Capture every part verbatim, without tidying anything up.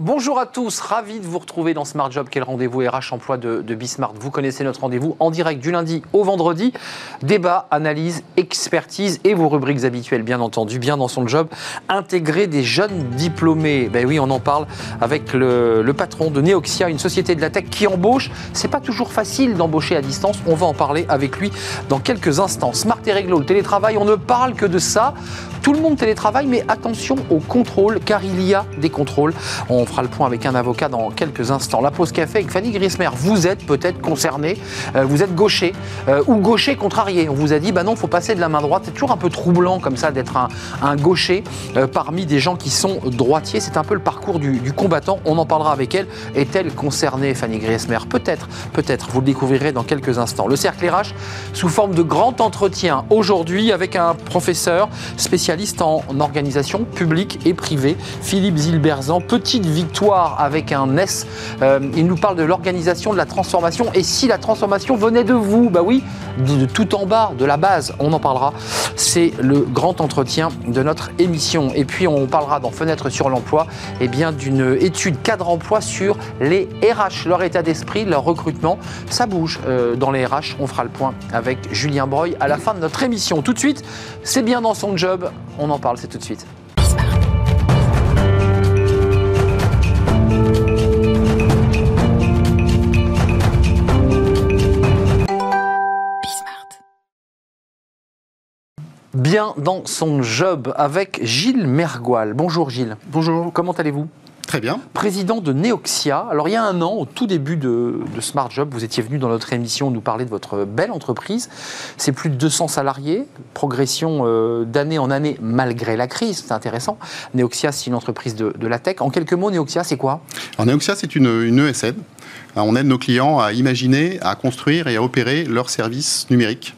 Bonjour à tous, ravi de vous retrouver dans Smart Job, quel rendez-vous R H emploi de, de Bismart. Vous connaissez notre rendez-vous en direct du lundi au vendredi. Débat, analyse, expertise et vos rubriques habituelles, bien entendu, bien dans son job. Intégrer des jeunes diplômés. Ben oui, on en parle avec le, le patron de Neoxia, une société de la tech qui embauche. C'est pas toujours facile d'embaucher à distance. On va en parler avec lui dans quelques instants. Smart et réglo, le télétravail, on ne parle que de ça. Tout le monde télétravaille, mais attention aux contrôles, car il y a des contrôles. On fera le point avec un avocat dans quelques instants. La pause café avec Fanny Griesmer. Vous êtes peut-être concerné, euh, vous êtes gaucher euh, ou gaucher contrarié. On vous a dit, bah non, il faut passer de la main droite. C'est toujours un peu troublant comme ça d'être un, un gaucher euh, parmi des gens qui sont droitiers. C'est un peu le parcours du, du combattant. On en parlera avec elle. Est-elle concernée, Fanny Griesmer? Peut-être, peut-être. Vous le découvrirez dans quelques instants. Le cercle R H sous forme de grand entretien aujourd'hui avec un professeur spécialiste en organisation publique et privée, Philippe Zilberzan. Petite victoire avec un S. Euh, il nous parle de l'organisation, de la transformation. Et si la transformation venait de vous? Bah oui, de, de tout en bas, de la base. On en parlera. C'est le grand entretien de notre émission. Et puis on parlera dans Fenêtre sur l'emploi, eh bien d'une étude cadre emploi sur les R H, leur état d'esprit, leur recrutement. Ça bouge euh, dans les R H. On fera le point avec Julien Breuil à la fin de notre émission. Tout de suite, c'est bien dans son job. On en parle, c'est tout de suite. Bien dans son job avec Gilles Mergoal. Bonjour Gilles. Bonjour. Comment allez-vous ? Très bien. Président de Neoxia. Alors il y a un an, au tout début de, de Smart Job, vous étiez venu dans notre émission nous parler de votre belle entreprise. C'est plus de deux cents salariés, progression euh, d'année en année malgré la crise, c'est intéressant. Neoxia, c'est une entreprise de, de la tech. En quelques mots, Neoxia, c'est quoi ? Alors Neoxia, c'est une, une E S N. On aide nos clients à imaginer, à construire et à opérer leurs services numériques,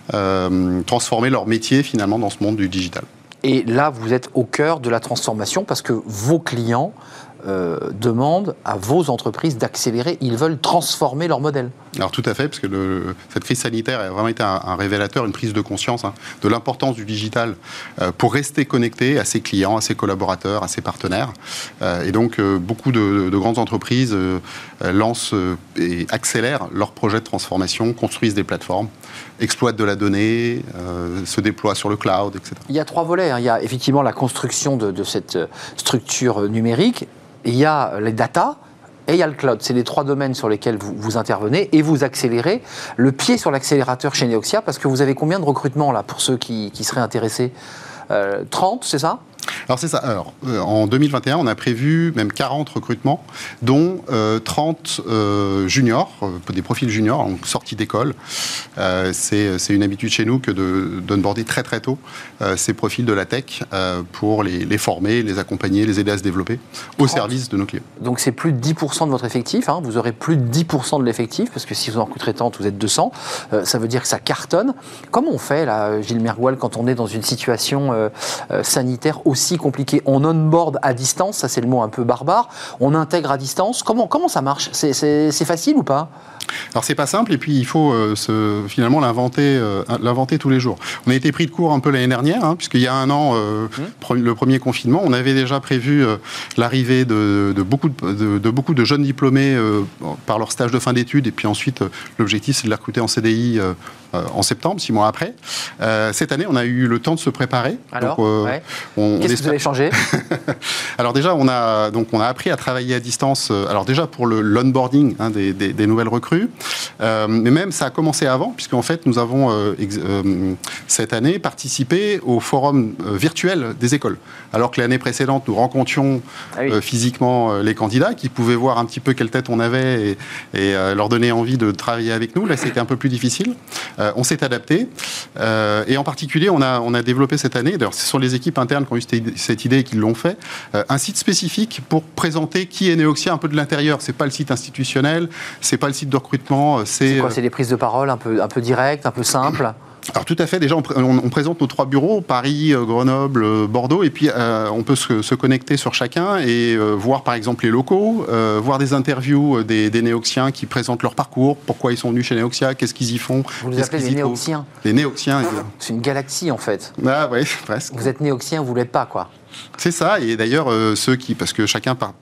euh, transformer leur métier finalement dans ce monde du digital. Et là, vous êtes au cœur de la transformation parce que vos clients euh, demandent à vos entreprises d'accélérer. Ils veulent transformer leur modèle. Alors tout à fait, parce que le, cette crise sanitaire a vraiment été un, un révélateur, une prise de conscience hein, de l'importance du digital euh, pour rester connecté à ses clients, à ses collaborateurs, à ses partenaires. Euh, et donc euh, beaucoup de, de grandes entreprises euh, lancent euh, et accélèrent leurs projets de transformation, construisent des plateformes, exploitent de la donnée, euh, se déploient sur le cloud, et cetera. Il y a trois volets. Hein. Il y a effectivement la construction de, de cette structure numérique, il y a les data, et il y a le cloud. C'est les trois domaines sur lesquels vous, vous intervenez et vous accélérez. Le pied sur l'accélérateur chez Neoxia, parce que vous avez combien de recrutements là, pour ceux qui, qui seraient intéressés ? euh, trente, c'est ça ? Alors c'est ça. Alors, euh, en deux mille vingt et un, on a prévu même quarante recrutements, dont euh, trente euh, juniors, euh, des profils juniors, donc sortis d'école. Euh, c'est, c'est une habitude chez nous que de d'onboarder très très tôt euh, ces profils de la tech euh, pour les, les former, les accompagner, les aider à se développer au trente service de nos clients. Donc c'est plus de dix pour cent de votre effectif. Hein, vous aurez plus de dix pour cent de l'effectif, parce que si vous en recrutez trente, vous êtes deux cents. Euh, ça veut dire que ça cartonne. Comment on fait là, Gilles Mergoal, quand on est dans une situation euh, euh, sanitaire aussi compliqué? On onboard à distance, ça c'est le mot un peu barbare, on intègre à distance. Comment, comment ça marche? c'est, c'est, c'est facile ou pas? Alors c'est pas simple, et puis il faut euh, se, finalement l'inventer, euh, l'inventer tous les jours. On a été pris de court un peu l'année dernière, hein, puisqu'il y a un an, euh, mmh. pre- le premier confinement, on avait déjà prévu euh, l'arrivée de, de, beaucoup de, de, de beaucoup de jeunes diplômés euh, par leur stage de fin d'études, et puis ensuite euh, l'objectif c'est de les recruter en C D I euh, euh, en septembre, six mois après. Euh, cette année, on a eu le temps de se préparer. Alors, donc, euh, ouais. on, Qu'est-ce on que vous avez changé? Alors déjà, on a, donc, on a appris à travailler à distance, euh, alors déjà pour le, l'onboarding hein, des, des, des nouvelles recrues, euh, mais même ça a commencé avant, puisqu'en fait, nous avons euh, ex- euh, cette année participé au forum euh, virtuel des écoles. Alors que l'année précédente, nous rencontrions ah oui. euh, physiquement euh, les candidats qui pouvaient voir un petit peu quelle tête on avait et, et euh, leur donner envie de travailler avec nous. Là, c'était un peu plus difficile. Euh, on s'est adapté euh, et en particulier, on a, on a développé cette année, d'ailleurs, ce sont les équipes internes qui ont eu cette idée et qui l'ont fait, euh, un site spécifique pour présenter qui est Neoxia un peu de l'intérieur. C'est pas le site institutionnel, c'est pas le site de recrutement. C'est, c'est quoi? C'est des prises de parole un peu, un peu directes, un peu simples? Alors tout à fait, déjà on, pr- on, on présente nos trois bureaux, Paris, Grenoble, Bordeaux, et puis euh, on peut se, se connecter sur chacun et euh, voir par exemple les locaux, euh, voir des interviews des, des Néoxiens qui présentent leur parcours, pourquoi ils sont venus chez Neoxia, qu'est-ce qu'ils y font. Vous les appelez les Néoxiens? Les Néoxiens. Ah, c'est une galaxie en fait. Ah ouais, presque. Vous êtes Néoxien, vous ne l'êtes pas quoi. C'est ça, et d'ailleurs euh, ceux qui, parce que chacun part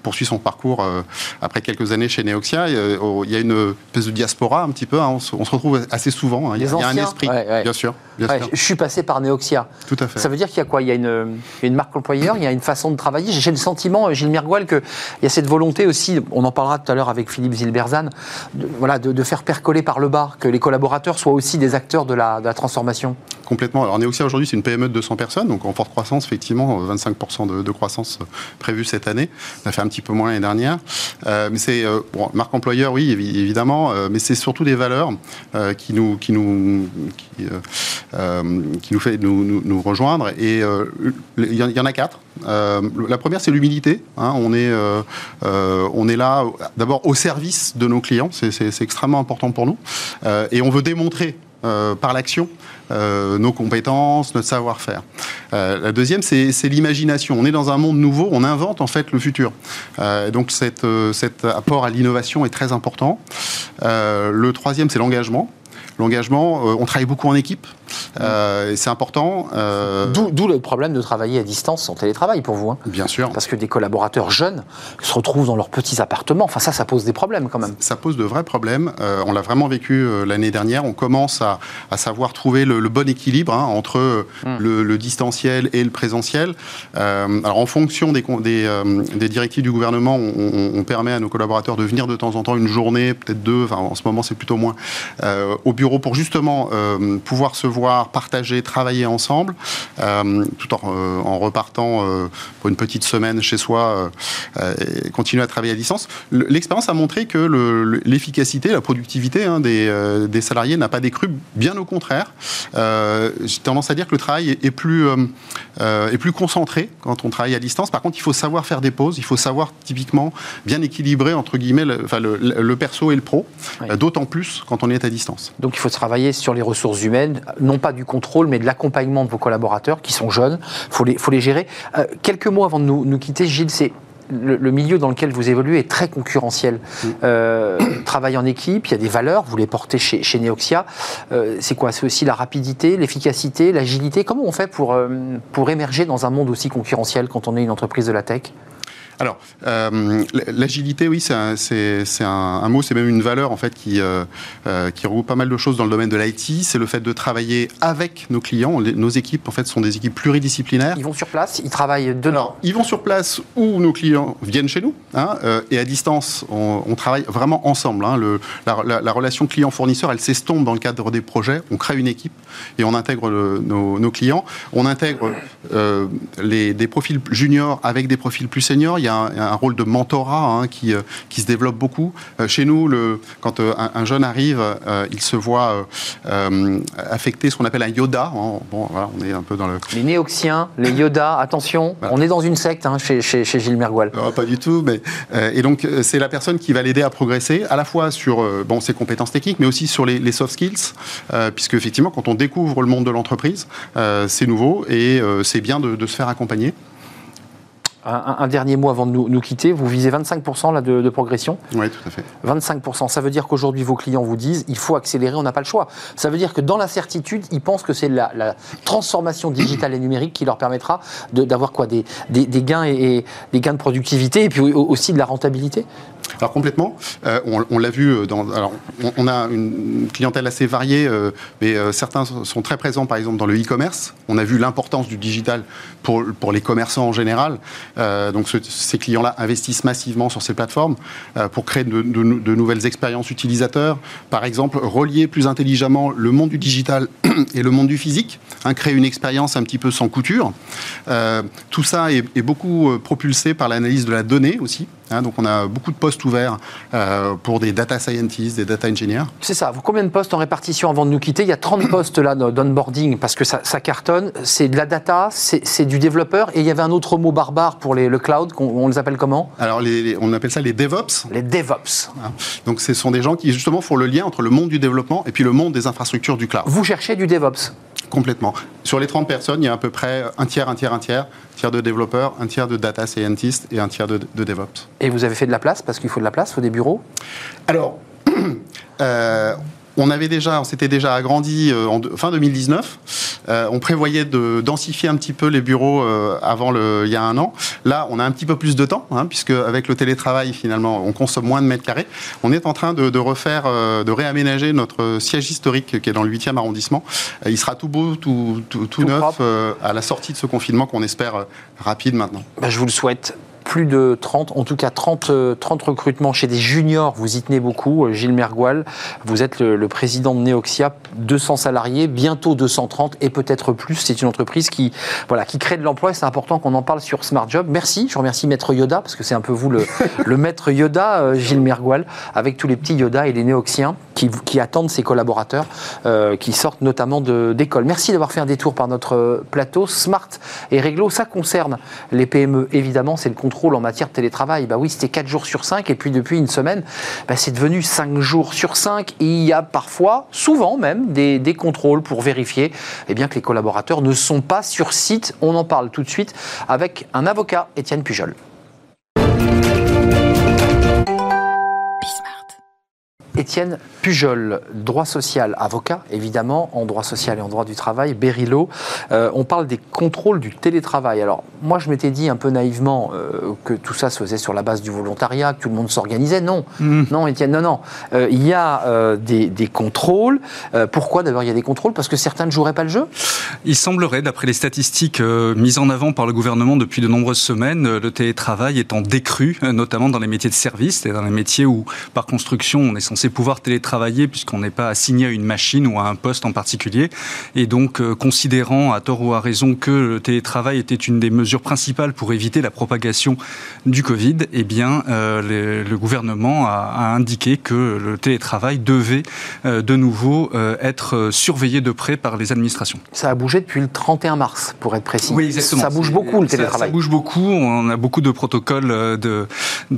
poursuit son parcours euh, après quelques années chez Neoxia. Euh, oh, il y a une espèce de diaspora un petit peu, hein, on, se, on se retrouve assez souvent. Hein, il, y a, il y a un esprit, ouais, ouais. bien sûr. Bien ouais, sûr. Je suis passé par Neoxia. Tout à fait. Ça veut dire qu'il y a quoi? Il y a une, une marque employeur, il y a une façon de travailler. J'ai le sentiment, Gilles Mirgoual, qu'il y a cette volonté aussi, on en parlera tout à l'heure avec Philippe Zilberzan, de, voilà, de, de faire percoler par le bas, que les collaborateurs soient aussi des acteurs de la, de la transformation. Complètement. Alors Neoxia aujourd'hui c'est une P M E de deux cents personnes, donc en forte croissance, effectivement, vingt-cinq pour cent de, de croissance prévue cette année. On a fait un petit peu moins l'année dernière. Euh, mais c'est, euh, bon, marque employeur, oui, évidemment, euh, mais c'est surtout des valeurs euh, qui nous, qui nous, qui, euh, euh, qui nous fait nous, nous, nous rejoindre. Et euh, il y, y en a quatre. Euh, la première, c'est l'humilité. Hein. On est, euh, euh, on est là, d'abord, au service de nos clients. C'est, c'est, c'est extrêmement important pour nous. Euh, et on veut démontrer euh, par l'action Euh, nos compétences, notre savoir-faire. Euh, la deuxième, c'est, c'est l'imagination. On est dans un monde nouveau, on invente en fait le futur. Euh, donc cette, euh, cet apport à l'innovation est très important. Euh, le troisième, c'est l'engagement. L'engagement, euh, on travaille beaucoup en équipe, euh, et c'est important. Euh... D'où, d'où le problème de travailler à distance en télétravail pour vous. Hein. Bien sûr. Parce que des collaborateurs jeunes se retrouvent dans leurs petits appartements. Enfin, ça, ça pose des problèmes quand même. Ça pose de vrais problèmes. Euh, on l'a vraiment vécu euh, l'année dernière. On commence à, à savoir trouver le, le bon équilibre hein, entre euh, mm. le, le distanciel et le présentiel. Euh, alors, en fonction des, des, euh, des directives du gouvernement, on, on, on permet à nos collaborateurs de venir de temps en temps une journée, peut-être deux. Enfin, en ce moment, c'est plutôt moins euh, au bureau pour justement euh, pouvoir se voir, partager, travailler ensemble, euh, tout en, euh, en repartant euh, pour une petite semaine chez soi euh, et continuer à travailler à distance. L'expérience a montré que le, l'efficacité, la productivité hein, des, euh, des salariés n'a pas décru, bien au contraire. Euh, j'ai tendance à dire que le travail est, est, plus, euh, est plus concentré quand on travaille à distance. Par contre, il faut savoir faire des pauses, il faut savoir typiquement bien équilibrer entre guillemets le, enfin, le, le perso et le pro, oui. euh, d'autant plus quand on est à distance. Donc il faut travailler sur les ressources humaines, non pas du contrôle, mais de l'accompagnement de vos collaborateurs qui sont jeunes. Il faut les, faut les gérer. Euh, quelques mots avant de nous, nous quitter, Gilles, c'est le, le milieu dans lequel vous évoluez est très concurrentiel. Mmh. Euh, travail en équipe, il y a des valeurs, vous les portez chez, chez Neoxia. Euh, c'est quoi? C'est aussi la rapidité, l'efficacité, l'agilité. Comment on fait pour, euh, pour émerger dans un monde aussi concurrentiel quand on est une entreprise de la tech? Alors, euh, l'agilité, oui, c'est un, c'est, c'est un, un mot, c'est même une valeur en fait qui, euh, euh, qui regroupe pas mal de choses dans le domaine de l'I T. C'est le fait de travailler avec nos clients. Les, nos équipes, en fait, sont des équipes pluridisciplinaires. Ils vont sur place, ils travaillent de Alors, ils vont sur place où nos clients viennent chez nous, hein, euh, et à distance, on, on travaille vraiment ensemble. Hein, le, la, la, la relation client-fournisseur, elle s'estompe dans le cadre des projets. On crée une équipe et on intègre le, nos, nos clients. On intègre euh, les, des profils juniors avec des profils plus seniors. Il y a un, un rôle de mentorat hein, qui, euh, qui se développe beaucoup. Euh, chez nous, le, quand euh, un, un jeune arrive, euh, il se voit euh, affecter ce qu'on appelle un Yoda. Hein. Bon, voilà, on est un peu dans le... Les Néoxiens, les Yoda, attention, voilà. On est dans une secte hein, chez, chez, chez Gilles Mirgoual. Non, pas du tout. Mais, euh, et donc, c'est la personne qui va l'aider à progresser, à la fois sur euh, bon, ses compétences techniques, mais aussi sur les, les soft skills, euh, puisque effectivement, quand on découvre le monde de l'entreprise, euh, c'est nouveau et euh, c'est bien de, de se faire accompagner. Un, un dernier mot avant de nous, nous quitter. Vous visez vingt-cinq pour cent là, de, de progression. Oui, tout à fait. vingt-cinq pour cent, ça veut dire qu'aujourd'hui, vos clients vous disent il faut accélérer, on n'a pas le choix. Ça veut dire que dans l'incertitude, ils pensent que c'est la, la transformation digitale et numérique qui leur permettra de, d'avoir quoi, des, des, des, gains et, et, des gains de productivité et puis aussi de la rentabilité. Alors complètement, euh, on, on l'a vu, dans, alors, on, on a une clientèle assez variée, euh, mais euh, certains sont très présents par exemple dans le e-commerce. On a vu l'importance du digital pour, pour les commerçants en général. Euh, donc ce, ces clients-là investissent massivement sur ces plateformes euh, pour créer de, de, de nouvelles expériences utilisateurs. Par exemple, relier plus intelligemment le monde du digital et le monde du physique, hein, créer une expérience un petit peu sans couture. Euh, tout ça est, est beaucoup propulsé par l'analyse de la donnée aussi. Hein, donc on a beaucoup de postes ouverts euh, pour des data scientists, des data engineers. C'est ça. Vous, combien de postes en répartition avant de nous quitter? Il y a trente postes là d'onboarding parce que ça, ça cartonne. C'est de la data, c'est, c'est du développeur. Et il y avait un autre mot barbare pour les, le cloud. On, on les appelle comment? Alors les, les, on appelle ça les DevOps. Les DevOps. Hein, donc ce sont des gens qui justement font le lien entre le monde du développement et puis le monde des infrastructures du cloud. Vous cherchez du DevOps? Complètement. Sur les trente personnes, il y a à peu près un tiers, un tiers, un tiers. Un tiers de développeurs, un tiers de data scientists et un tiers de, de DevOps. Et vous avez fait de la place parce qu'il faut de la place, il faut des bureaux? Alors, euh, on avait déjà, on s'était déjà agrandi euh, en de, fin deux mille dix-neuf. Euh, on prévoyait de densifier un petit peu les bureaux euh, avant le, il y a un an. Là, on a un petit peu plus de temps, hein, puisque avec le télétravail, finalement, on consomme moins de mètres carrés. On est en train de, de refaire, euh, de réaménager notre siège historique qui est dans le huitième arrondissement. Euh, il sera tout beau, tout, tout, tout, tout neuf euh, à la sortie de ce confinement qu'on espère euh, rapide maintenant. Ben, je vous le souhaite. Plus de trente, en tout cas trente, trente recrutements chez des juniors, vous y tenez beaucoup. Gilles Mergoual, vous êtes le, le président de Neoxia, deux cents salariés, bientôt deux cent trente et peut-être plus. C'est une entreprise qui, voilà, qui crée de l'emploi et c'est important qu'on en parle sur Smart Job. Merci, je remercie Maître Yoda, parce que c'est un peu vous le, le Maître Yoda, Gilles Mergoual, avec tous les petits Yoda et les Néoxiens qui, qui attendent ses collaborateurs, euh, qui sortent notamment de, d'école. Merci d'avoir fait un détour par notre plateau. Smart et Réglo, ça concerne les P M E, évidemment, c'est le contrôle en matière de télétravail. Bah oui, c'était quatre jours sur cinq et puis depuis une semaine, bah c'est devenu cinq jours sur cinq et il y a parfois, souvent même, des, des contrôles pour vérifier eh bien, que les collaborateurs ne sont pas sur site. On en parle tout de suite avec un avocat, Étienne Pujol. Étienne Pujol, droit social, avocat, évidemment, en droit social et en droit du travail, Berilo. Euh, on parle des contrôles du télétravail. Alors, moi, je m'étais dit un peu naïvement euh, que tout ça se faisait sur la base du volontariat, que tout le monde s'organisait. Non, mmh. non, Étienne, non, non. Euh, il y a euh, des, des contrôles. Euh, pourquoi, d'abord, il y a des contrôles? Parce que certains ne joueraient pas le jeu? Il semblerait, d'après les statistiques euh, mises en avant par le gouvernement depuis de nombreuses semaines, euh, le télétravail est en décrue, euh, notamment dans les métiers de service, et dans les métiers où, par construction, on est censé pouvoir télétravailler puisqu'on n'est pas assigné à une machine ou à un poste en particulier. Et donc, euh, considérant à tort ou à raison que le télétravail était une des mesures principales pour éviter la propagation du Covid, eh bien, euh, le, le gouvernement a, a indiqué que le télétravail devait euh, de nouveau euh, être surveillé de près par les administrations. Ça a bougé depuis le trente et un mars, pour être précis. Oui, exactement. Ça bouge beaucoup, le télétravail. Ça, ça bouge beaucoup. On a beaucoup de protocoles de, de,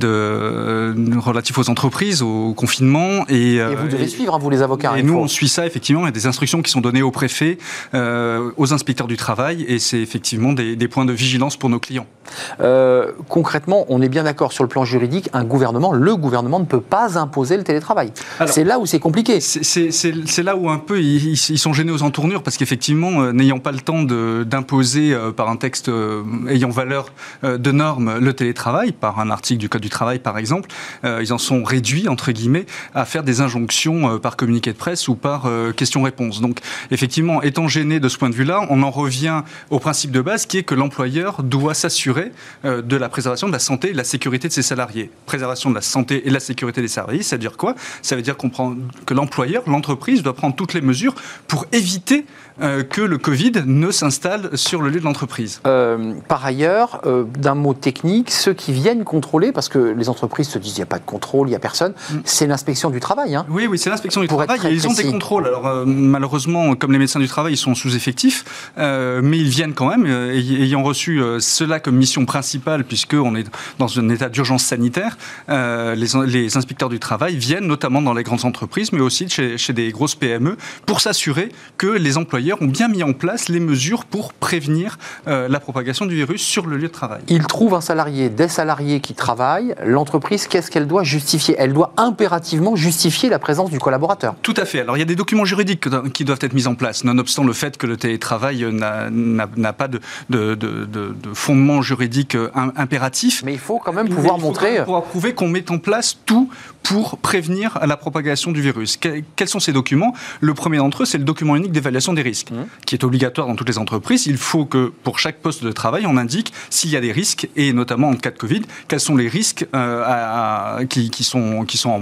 de, relatifs aux entreprises, au confinement. Et, et vous devez et, suivre, hein, vous les avocats. Et nous, on suit ça, effectivement. Il y a des instructions qui sont données aux préfets, euh, aux inspecteurs du travail, et c'est effectivement des, des points de vigilance pour nos clients. Euh, concrètement, on est bien d'accord sur le plan juridique, un gouvernement, le gouvernement ne peut pas imposer le télétravail. Alors, c'est là où c'est compliqué. C'est, c'est, c'est, c'est là où un peu ils, ils sont gênés aux entournures, parce qu'effectivement, euh, n'ayant pas le temps de, d'imposer euh, par un texte euh, ayant valeur euh, de normes le télétravail, par un article du Code du travail par exemple, euh, ils en sont réduits, entre guillemets, à faire des injonctions euh, par communiqué de presse ou par euh, question-réponse. Donc effectivement, étant gêné de ce point de vue-là, on en revient au principe de base qui est que l'employeur doit s'assurer euh, de la préservation de la santé et de la sécurité de ses salariés. Préservation de la santé et de la sécurité des salariés, ça veut dire quoi? Ça veut dire qu'on prend, que l'employeur, l'entreprise, doit prendre toutes les mesures pour éviter euh, que le Covid ne s'installe sur le lieu de l'entreprise. Euh, par ailleurs, euh, d'un mot technique, ceux qui viennent contrôler, parce que les entreprises se disent il n'y a pas de contrôle, il n'y a personne, mm. c'est l'inspection du travail. Hein, oui, oui, c'est l'inspection du travail. Et ils ont des contrôles. Alors euh, malheureusement, comme les médecins du travail, ils sont sous-effectifs, euh, mais ils viennent quand même, euh, ayant reçu euh, cela comme mission principale, puisqu'on est dans un état d'urgence sanitaire. Euh, les, les inspecteurs du travail viennent notamment dans les grandes entreprises, mais aussi chez, chez des grosses P M E, pour s'assurer que les employeurs ont bien mis en place les mesures pour prévenir euh, la propagation du virus sur le lieu de travail. Ils trouvent un salarié, des salariés qui travaillent. L'entreprise, qu'est-ce qu'elle doit justifier? Elle doit impérativement justifier la présence du collaborateur. Tout à fait. Alors, il y a des documents juridiques qui doivent être mis en place, nonobstant le fait que le télétravail n'a, n'a, n'a pas de, de, de, de, de fondement juridique impératif. Mais il faut quand même pouvoir il montrer... Il faut prouver qu'on met en place tout pour prévenir la propagation du virus. Quels sont ces documents? Le premier d'entre eux, c'est le document unique d'évaluation des risques, mmh. qui est obligatoire dans toutes les entreprises. Il faut que, pour chaque poste de travail, on indique s'il y a des risques, et notamment en cas de Covid, quels sont les risques euh, à, à, qui, qui sont, qui sont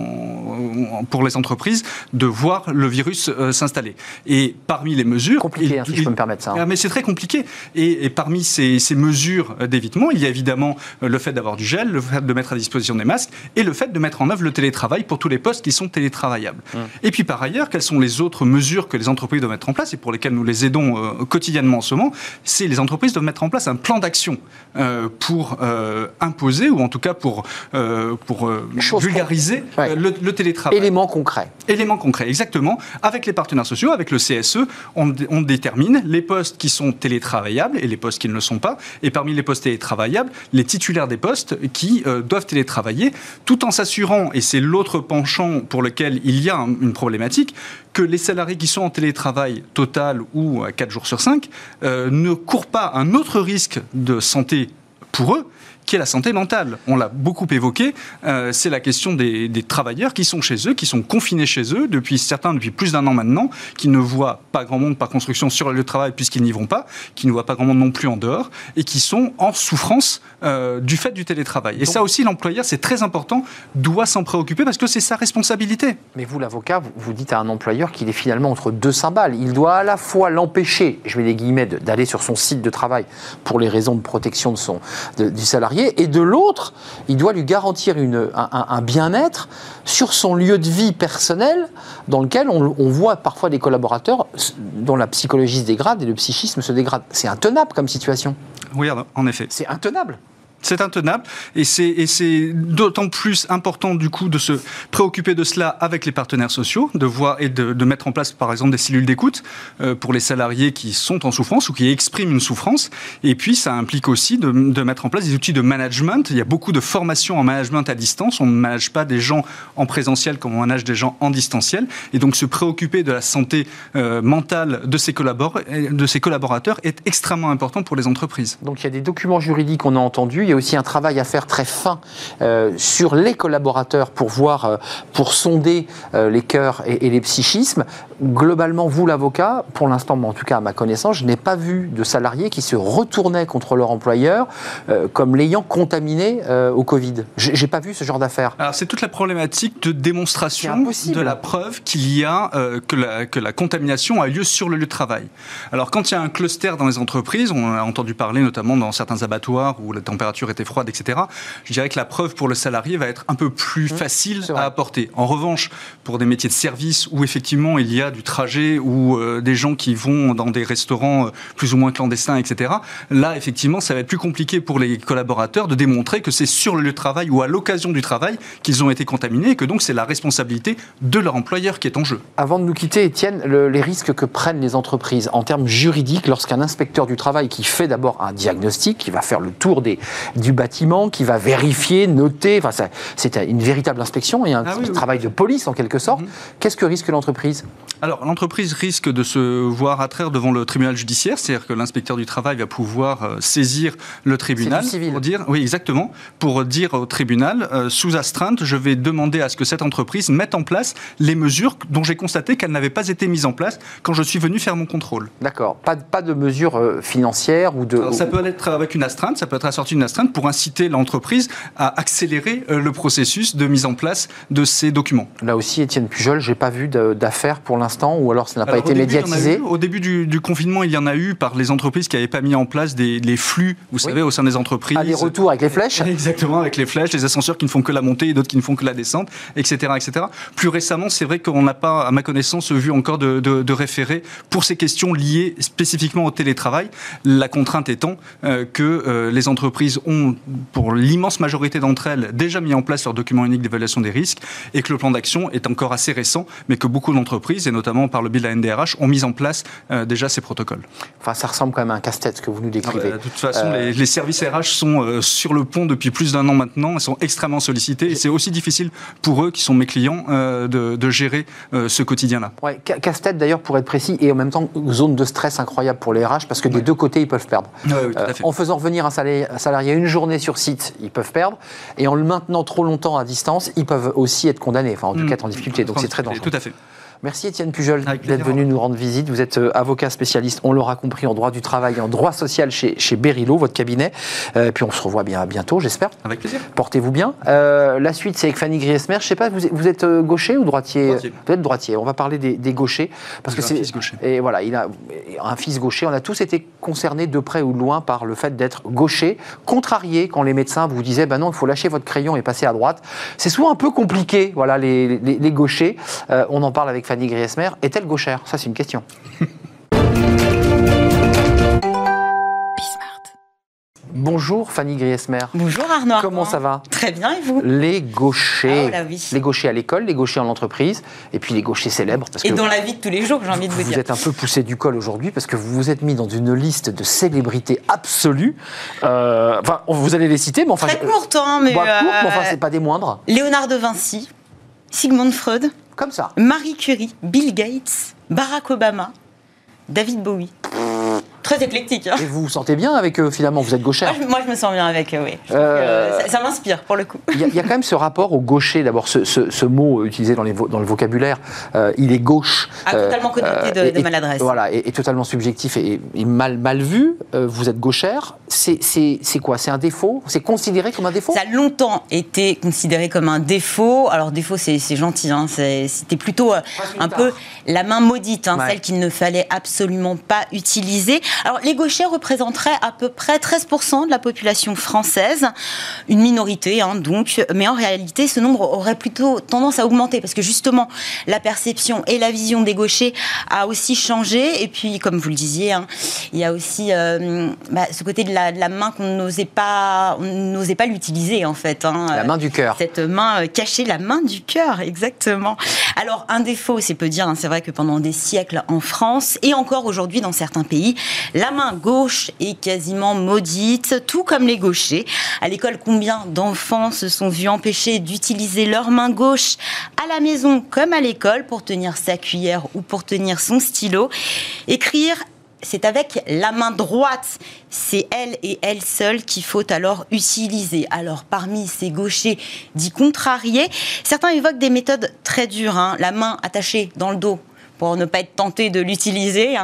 en, en, pour les entreprises de voir le virus euh, s'installer. Et parmi les mesures... Compliqué, il, hein, si il, je peux me permettre ça. Hein. Mais c'est très compliqué. Et, et parmi ces, ces mesures d'évitement, il y a évidemment le fait d'avoir du gel, le fait de mettre à disposition des masques, et le fait de mettre en œuvre le télétravail pour tous les postes qui sont télétravaillables. Mmh. Et puis par ailleurs, quelles sont les autres mesures que les entreprises doivent mettre en place et pour lesquelles nous les aidons euh, quotidiennement en ce moment? C'est les entreprises doivent mettre en place un plan d'action euh, pour euh, imposer, ou en tout cas pour, euh, pour euh, vulgariser pour... ouais. le, le télétravail. Élément concret. Élément concret, exactement. Avec les partenaires sociaux, avec le C S E, on, on détermine les postes qui sont télétravaillables et les postes qui ne le sont pas. Et parmi les postes télétravaillables, les titulaires des postes qui euh, doivent télétravailler, tout en s'assurant, et c'est l'autre penchant pour lequel il y a un, une problématique, que les salariés qui sont en télétravail total ou à quatre jours sur cinq euh, ne courent pas un autre risque de santé pour eux, qui est la santé mentale. On l'a beaucoup évoqué, euh, c'est la question des, des travailleurs qui sont chez eux, qui sont confinés chez eux, depuis certains depuis plus d'un an maintenant, qui ne voient pas grand monde par construction sur le lieu de travail puisqu'ils n'y vont pas, qui ne voient pas grand monde non plus en dehors, et qui sont en souffrance euh, du fait du télétravail. Et donc, ça aussi, l'employeur, c'est très important, doit s'en préoccuper parce que c'est sa responsabilité. Mais vous, l'avocat, vous, vous dites à un employeur qu'il est finalement entre deux cymbales. Il doit à la fois l'empêcher, je mets des guillemets, d'aller sur son site de travail pour les raisons de protection de son, de, du salarié, et de l'autre, il doit lui garantir une, un, un bien-être sur son lieu de vie personnel dans lequel on, on voit parfois des collaborateurs dont la psychologie se dégrade et le psychisme se dégrade. C'est intenable comme situation. Oui, en effet. C'est intenable. C'est intenable et c'est, et c'est d'autant plus important du coup de se préoccuper de cela avec les partenaires sociaux, de voir et de, de mettre en place par exemple des cellules d'écoute euh, pour les salariés qui sont en souffrance ou qui expriment une souffrance. Et puis ça implique aussi de, de mettre en place des outils de management. Il y a beaucoup de formations en management à distance. On ne manage pas des gens en présentiel comme on manage des gens en distanciel. Et donc se préoccuper de la santé euh, mentale de ses, collabor- de ses collaborateurs est extrêmement important pour les entreprises. Donc il y a des documents juridiques qu'on a entendus. Il y a aussi un travail à faire très fin euh, sur les collaborateurs pour voir, euh, pour sonder euh, les cœurs et, et les psychismes. Globalement, vous, l'avocat, pour l'instant, mais en tout cas à ma connaissance, je n'ai pas vu de salariés qui se retournaient contre leur employeur euh, comme l'ayant contaminé euh, au Covid. J'ai, j'ai pas vu ce genre d'affaires. Alors c'est toute la problématique de démonstration de la preuve qu'il y a euh, que, la, que la contamination a lieu sur le lieu de travail. Alors quand il y a un cluster dans les entreprises, on a entendu parler notamment dans certains abattoirs où la température était froide, et cetera. Je dirais que la preuve pour le salarié va être un peu plus mmh, facile à apporter. En revanche, pour des métiers de service où effectivement il y a du trajet ou euh, des gens qui vont dans des restaurants euh, plus ou moins clandestins, et cetera. Là, effectivement, ça va être plus compliqué pour les collaborateurs de démontrer que c'est sur le lieu de travail ou à l'occasion du travail qu'ils ont été contaminés et que donc c'est la responsabilité de leur employeur qui est en jeu. Avant de nous quitter, Étienne, le, les risques que prennent les entreprises en termes juridiques lorsqu'un inspecteur du travail qui fait d'abord un diagnostic, qui va faire le tour des, du bâtiment, qui va vérifier, noter, enfin, ça, c'est une véritable inspection et un ah oui, travail oui. de police en quelque sorte. Mmh. Qu'est-ce que risque l'entreprise ? Alors, l'entreprise risque de se voir attraire devant le tribunal judiciaire, c'est-à-dire que l'inspecteur du travail va pouvoir euh, saisir le tribunal. C'est du civil. Pour dire, oui, exactement. Pour dire au tribunal, euh, sous astreinte, je vais demander à ce que cette entreprise mette en place les mesures dont j'ai constaté qu'elles n'avaient pas été mises en place quand je suis venu faire mon contrôle. D'accord. Pas, pas de mesures euh, financières ou de... Alors, ça peut être avec une astreinte, ça peut être assorti d'une astreinte pour inciter l'entreprise à accélérer euh, le processus de mise en place de ces documents. Là aussi, Étienne Pujol, j'ai pas vu de, d'affaires pour l'instant, ou alors ça n'a pas alors, été médiatisé. Eu, au début du, du confinement, il y en a eu par les entreprises qui n'avaient pas mis en place des, les flux, vous oui. savez, au sein des entreprises. Aller-retour avec les flèches. Exactement, avec les flèches, les ascenseurs qui ne font que la montée et d'autres qui ne font que la descente, et cetera, et cetera. Plus récemment, c'est vrai qu'on n'a pas, à ma connaissance, vu encore de, de, de référé pour ces questions liées spécifiquement au télétravail. La contrainte étant euh, que euh, les entreprises ont, pour l'immense majorité d'entre elles, déjà mis en place leur document unique d'évaluation des risques et que le plan d'action est encore assez récent, mais que beaucoup d'entreprises, et notamment par le biais de la N D R H, ont mis en place euh, déjà ces protocoles. Enfin, ça ressemble quand même à un casse-tête, ce que vous nous décrivez. Ah bah, de toute façon, euh... les, les services R H sont euh, sur le pont depuis plus d'un an maintenant, ils sont extrêmement sollicités, et c'est aussi difficile pour eux, qui sont mes clients, euh, de, de gérer euh, ce quotidien-là. Ouais, casse-tête d'ailleurs, pour être précis, et en même temps, zone de stress incroyable pour les R H, parce que ouais. des deux côtés, ils peuvent perdre. Ouais, oui, tout à fait. Euh, en faisant revenir un salarié, un salarié une journée sur site, ils peuvent perdre, et en le maintenant trop longtemps à distance, ils peuvent aussi être condamnés, enfin en tout mmh. cas être en difficulté, donc c'est très dangereux. Tout à fait. Merci Étienne Pujol d'être venu nous rendre visite. Vous êtes avocat spécialiste, on l'aura compris, en droit du travail et en droit social chez, chez Berilo, votre cabinet. Euh, puis on se revoit bien bientôt, j'espère. Avec plaisir. Portez-vous bien. Euh, la suite, c'est avec Fanny Griesmer. Je ne sais pas, vous, vous êtes gaucher ou droitier ? Droitier. Vous êtes droitier. On va parler des, des gauchers. Parce J'ai que un c'est, fils gaucher. Et voilà, il a un fils gaucher. On a tous été concernés de près ou de loin par le fait d'être gaucher, contrarié quand les médecins vous disaient ben non, il faut lâcher votre crayon et passer à droite. C'est souvent un peu compliqué, voilà, les, les, les gauchers. Euh, on en parle avec Fanny Griesmer. Est-elle gauchère ? Ça, c'est une question. Bonjour Fanny Griesmer. Bonjour Arnaud. Comment ça va? Très bien, et vous? Les gauchers. Oh là oui. Les gauchers à l'école, les gauchers en entreprise, et puis les gauchers célèbres. Parce et que dans la vie de tous les jours, j'ai envie de vous, vous dire. Vous êtes un peu poussé du col aujourd'hui parce que vous vous êtes mis dans une liste de célébrités absolues. Euh, enfin, vous allez les citer, mais enfin... Très courte, hein, mais... Bah, courte, euh, mais enfin, c'est pas des moindres. Léonard de Vinci, Sigmund Freud, comme ça. Marie Curie, Bill Gates, Barack Obama, David Bowie. Très éclectique. Hein. Et vous vous sentez bien avec eux, finalement? Vous êtes gauchère? Moi, je, moi, je me sens bien avec eux, oui. Euh... Ça, ça m'inspire, pour le coup. Il y, y a quand même ce rapport au gaucher, d'abord, ce, ce, ce mot utilisé dans, les vo dans le vocabulaire, euh, il est gauche. Ah, totalement connoté de, euh, de maladresse. Voilà, et, et totalement subjectif et, et mal, mal vu. Euh, vous êtes gauchère. C'est quoi? C'est un défaut? C'est considéré comme un défaut? Ça a longtemps été considéré comme un défaut. Alors, défaut, c'est gentil. Hein. C'était plutôt euh, un peu la main maudite, hein, ouais. Celle qu'il ne fallait absolument pas utiliser. Alors, les gauchers représenteraient à peu près treize pour cent de la population française, une minorité hein, donc, mais en réalité ce nombre aurait plutôt tendance à augmenter parce que justement la perception et la vision des gauchers a aussi changé et puis comme vous le disiez, hein, il y a aussi euh, bah, ce côté de la, de la main qu'on n'osait pas, on n'osait pas l'utiliser en fait. Hein, la main du cœur. Cette main cachée, la main du cœur, exactement. Alors un défaut, c'est peu dire, hein, c'est vrai que pendant des siècles en France et encore aujourd'hui dans certains pays, la main gauche est quasiment maudite, tout comme les gauchers. À l'école, combien d'enfants se sont vus empêchés d'utiliser leur main gauche à la maison comme à l'école pour tenir sa cuillère ou pour tenir son stylo? Écrire, c'est avec la main droite. C'est elle et elle seule qu'il faut alors utiliser. Alors, parmi ces gauchers dits contrariés, certains évoquent des méthodes très dures, hein, la main attachée dans le dos, pour ne pas être tenté de l'utiliser.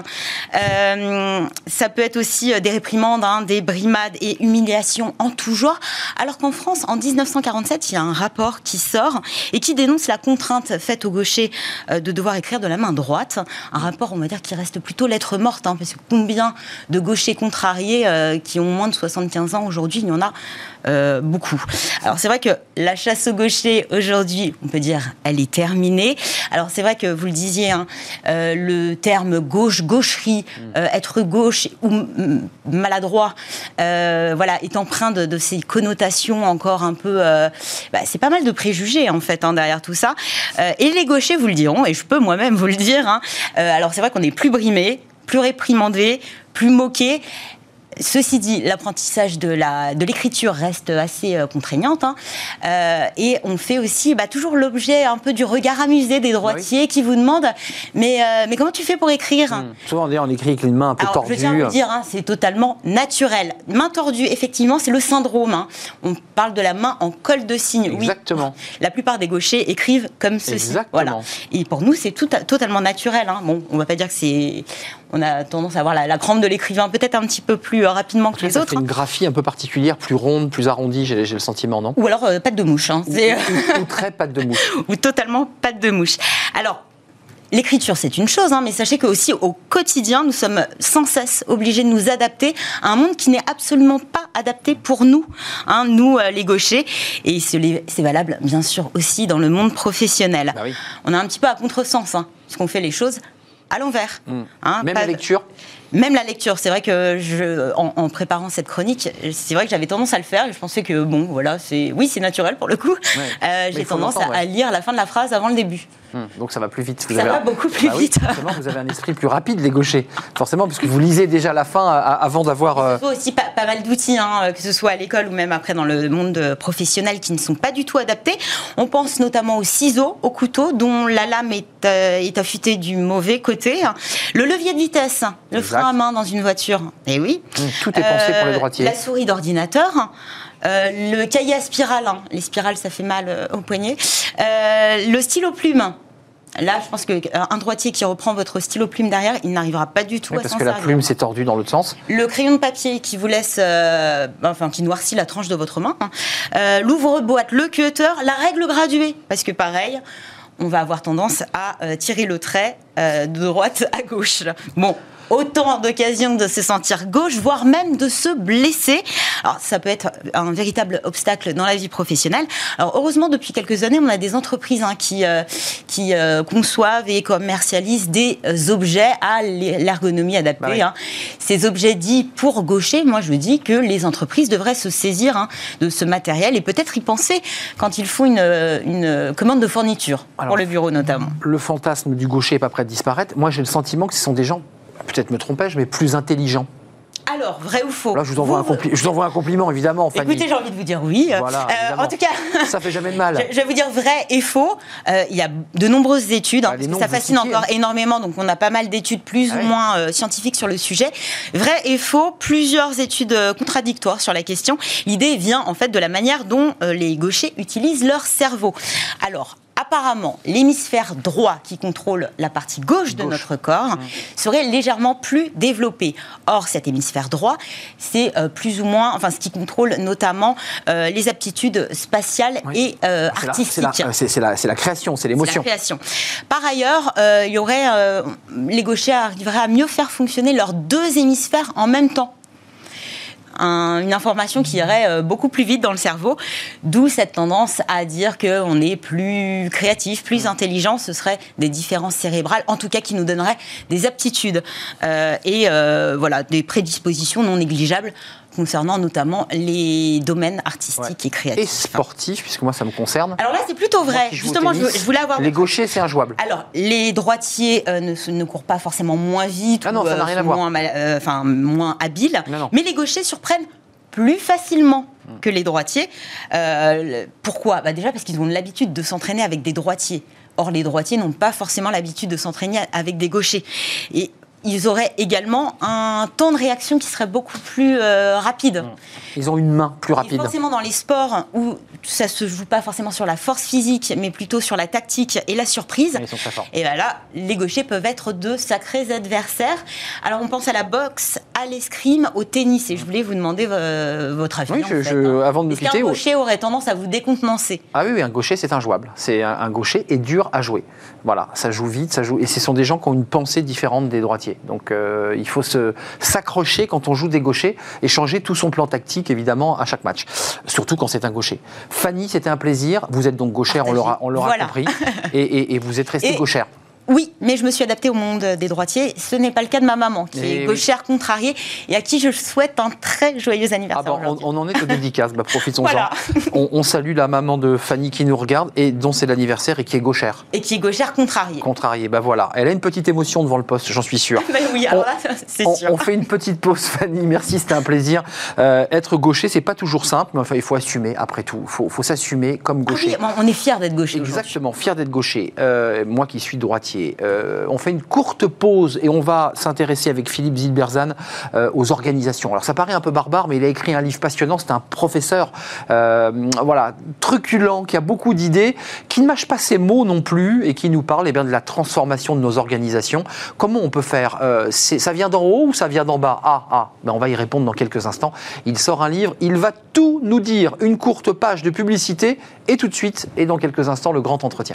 Euh, ça peut être aussi des réprimandes, hein, des brimades et humiliations en tout genre. Alors qu'en France, en mille neuf cent quarante-sept, il y a un rapport qui sort et qui dénonce la contrainte faite aux gauchers euh, de devoir écrire de la main droite. Un rapport, on va dire, qui reste plutôt lettre morte, hein, parce que combien de gauchers contrariés euh, qui ont moins de soixante-quinze ans aujourd'hui, il y en a euh, beaucoup. Alors c'est vrai que la chasse aux gauchers aujourd'hui, on peut dire, elle est terminée. Alors c'est vrai que vous le disiez, hein, Euh, le terme gauche, gaucherie, euh, être gauche ou maladroit, euh, voilà, est empreint de, de ces connotations encore un peu... Euh, bah, c'est pas mal de préjugés, en fait, hein, derrière tout ça. Euh, et les gauchers vous le diront, et je peux moi-même vous le dire. Hein, euh, alors, c'est vrai qu'on est plus brimé, plus réprimandé, plus moqué. Ceci dit, l'apprentissage de l'écriture de reste assez euh, contraignante. Hein, euh, et on fait aussi bah, toujours l'objet un peu du regard amusé des droitiers oui. qui vous demandent mais, euh, mais comment tu fais pour écrire? mmh. Souvent, on écrit avec une main un peu Alors, tordue. Je tiens à vous dire, hein, c'est totalement naturel. Main tordue, effectivement, c'est le syndrome. Hein. On parle de la main en col de cygne. Exactement. Oui. La plupart des gauchers écrivent comme ceci. Exactement. Voilà. Et pour nous, c'est tout, totalement naturel. Hein. Bon, on ne va pas dire que c'est... On a tendance à avoir la, la crampe de l'écrivain peut-être un petit peu plus euh, rapidement que les ça autres. Ça fait une graphie un peu particulière, plus ronde, plus arrondie, j'ai le sentiment, non? Ou alors euh, patte de mouche. Hein. Ou, ou, ou très patte de mouche. Ou totalement patte de mouche. Alors, l'écriture, c'est une chose, hein, mais sachez qu'aussi au quotidien, nous sommes sans cesse obligés de nous adapter à un monde qui n'est absolument pas adapté pour nous, hein, nous euh, les gauchers. Et c'est valable, bien sûr, aussi dans le monde professionnel. Bah oui. On est un petit peu à contresens, hein, puisqu'on fait les choses à l'envers. Mmh. Hein, Même pas... la lecture. Même la lecture, c'est vrai que je, en, en préparant cette chronique, c'est vrai que j'avais tendance à le faire. Et je pensais que bon, voilà, c'est oui, c'est naturel pour le coup. Ouais. Euh, J'ai tendance à, ouais. à lire la fin de la phrase avant le début. Hum, donc ça va plus vite. Vous ça avez... va beaucoup plus bah vite. Oui, forcément, vous avez un esprit plus rapide, les gauchers. Forcément, puisque vous lisez déjà la fin à, avant d'avoir. Euh... Il faut aussi pas, pas mal d'outils, hein, que ce soit à l'école ou même après dans le monde professionnel, qui ne sont pas du tout adaptés. On pense notamment aux ciseaux, aux couteaux, dont la lame est, euh, est affûtée du mauvais côté. Le levier de vitesse, le exact. Frein à main dans une voiture. Eh oui. Hum, tout est pensé euh, pour les droitiers. La souris d'ordinateur. Euh, le cahier à spirale, hein. Les spirales ça fait mal euh, au poignet. Euh, le stylo plume. Là, je pense qu'un droitier qui reprend votre stylo plume derrière, il n'arrivera pas du tout oui, à s'en servir. Parce que la plume s'est tordue dans l'autre sens. Le crayon de papier qui vous laisse, euh, enfin, qui noircit la tranche de votre main. Hein. Euh, L'ouvre-boîte, le cutter, la règle graduée. Parce que pareil, on va avoir tendance à euh, tirer le trait euh, de droite à gauche. Bon. autant d'occasions de se sentir gauche, voire même de se blesser. Alors, ça peut être un véritable obstacle dans la vie professionnelle. Alors, heureusement, depuis quelques années, on a des entreprises hein, qui, euh, qui euh, conçoivent et commercialisent des euh, objets à l'ergonomie adaptée. Bah oui. hein. Ces objets dits pour gaucher, moi, je dis que les entreprises devraient se saisir hein, de ce matériel et peut-être y penser quand ils font une, une commande de fourniture, Alors, pour le bureau notamment. Le fantasme du gaucher n'est pas prêt de disparaître. Moi, j'ai le sentiment que ce sont des gens, peut-être me trompais-je, mais plus intelligents. Alors, vrai ou faux? Là, je vous envoie, vous, un, compli- je vous envoie un compliment, évidemment, Fanny. Écoutez, j'ai envie de vous dire oui. Voilà, euh, en tout cas, ça fait jamais de mal. Je, je vais vous dire vrai et faux. Euh, il y a de nombreuses études, hein, bah, parce que ça fascine citiez, encore hein. énormément, donc on a pas mal d'études plus ah, ou ouais. moins euh, scientifiques sur le sujet. Vrai et faux, plusieurs études euh, contradictoires sur la question. L'idée vient en fait de la manière dont euh, les gauchers utilisent leur cerveau. Alors, apparemment, l'hémisphère droit qui contrôle la partie gauche de gauche. notre corps mmh. serait légèrement plus développé. Or, cet hémisphère droit, c'est euh, plus ou moins, enfin, ce qui contrôle notamment euh, les aptitudes spatiales oui. et euh, c'est artistiques. La, c'est, la, c'est, c'est, la, c'est la création, c'est l'émotion. C'est la création. Par ailleurs, euh, il y aurait, euh, les gauchers arriveraient à mieux faire fonctionner leurs deux hémisphères en même temps. Un, une information qui irait euh, beaucoup plus vite dans le cerveau, d'où cette tendance à dire qu'on est plus créatif, plus intelligent, ce serait des différences cérébrales, en tout cas qui nous donneraient des aptitudes euh, et euh, voilà, des prédispositions non négligeables concernant notamment les domaines artistiques ouais. et créatifs. Et sportifs, puisque moi ça me concerne. Alors là c'est plutôt vrai, je justement tennis, je, je voulais avoir... Les gauchers c'est injouable. Alors les droitiers euh, ne, ne courent pas forcément moins vite, ah non, ou, ça n'a rien à voir. Moins, euh, enfin, moins habiles, non, non. mais les gauchers surprennent plus facilement que les droitiers. Euh, pourquoi ? Bah déjà parce qu'ils ont l'habitude de s'entraîner avec des droitiers. Or les droitiers n'ont pas forcément l'habitude de s'entraîner avec des gauchers. Et ils auraient également un temps de réaction qui serait beaucoup plus euh, rapide. Ils ont une main plus rapide. Et forcément dans les sports où ça ne se joue pas forcément sur la force physique, mais plutôt sur la tactique et la surprise, ils sont très forts. Et bien là, les gauchers peuvent être de sacrés adversaires. Alors on pense à la boxe, à l'escrime, au tennis. Et je voulais vous demander euh, votre avis. Oui, en je, fait, je, hein. avant de nous Est-ce quitter... qu'un gaucher aurait tendance à vous décontenancer ? Ah oui, oui, un gaucher c'est injouable. C'est un, un gaucher est dur à jouer. Voilà, ça joue vite, ça joue... et ce sont des gens qui ont une pensée différente des droitiers. Donc euh, il faut se, s'accrocher quand on joue des gauchers et changer tout son plan tactique, évidemment, à chaque match. Surtout quand c'est un gaucher. Fanny, c'était un plaisir. Vous êtes donc gauchère, on l'aura, on l'aura voilà. compris. Et, et, et vous êtes restée et... gauchère. Oui, mais je me suis adaptée au monde des droitiers. Ce n'est pas le cas de ma maman, qui et est gauchère oui. contrariée et à qui je souhaite un très joyeux anniversaire. Ah bon, on, on en est aux dédicaces, bah, profitons-en. Voilà. on, on salue la maman de Fanny qui nous regarde et dont c'est l'anniversaire et qui est gauchère. Et qui est gauchère contrariée. Contrariée, bah voilà. Elle a une petite émotion devant le poste, j'en suis sûr. ben oui, alors là, c'est on, sûr. On fait une petite pause, Fanny. Merci, c'était un plaisir. Euh, être gaucher, c'est pas toujours simple, mais enfin, il faut assumer après tout. Il faut, faut s'assumer comme gaucher. Ah oui, on est fiers d'être gaucher. Exactement, fiers d'être gaucher. Euh, moi qui suis droitier. Euh, on fait une courte pause et on va s'intéresser avec Philippe Zilberzan euh, aux organisations. Alors ça paraît un peu barbare, mais il a écrit un livre passionnant. C'est un professeur, euh, voilà, truculent, qui a beaucoup d'idées, qui ne mâche pas ses mots non plus et qui nous parle eh bien, de la transformation de nos organisations. Comment on peut faire euh, c'est, ça vient d'en haut ou ça vient d'en bas? Ah, ah, ben on va y répondre dans quelques instants. Il sort un livre, il va tout nous dire. Une courte page de publicité et tout de suite, et dans quelques instants, le grand entretien.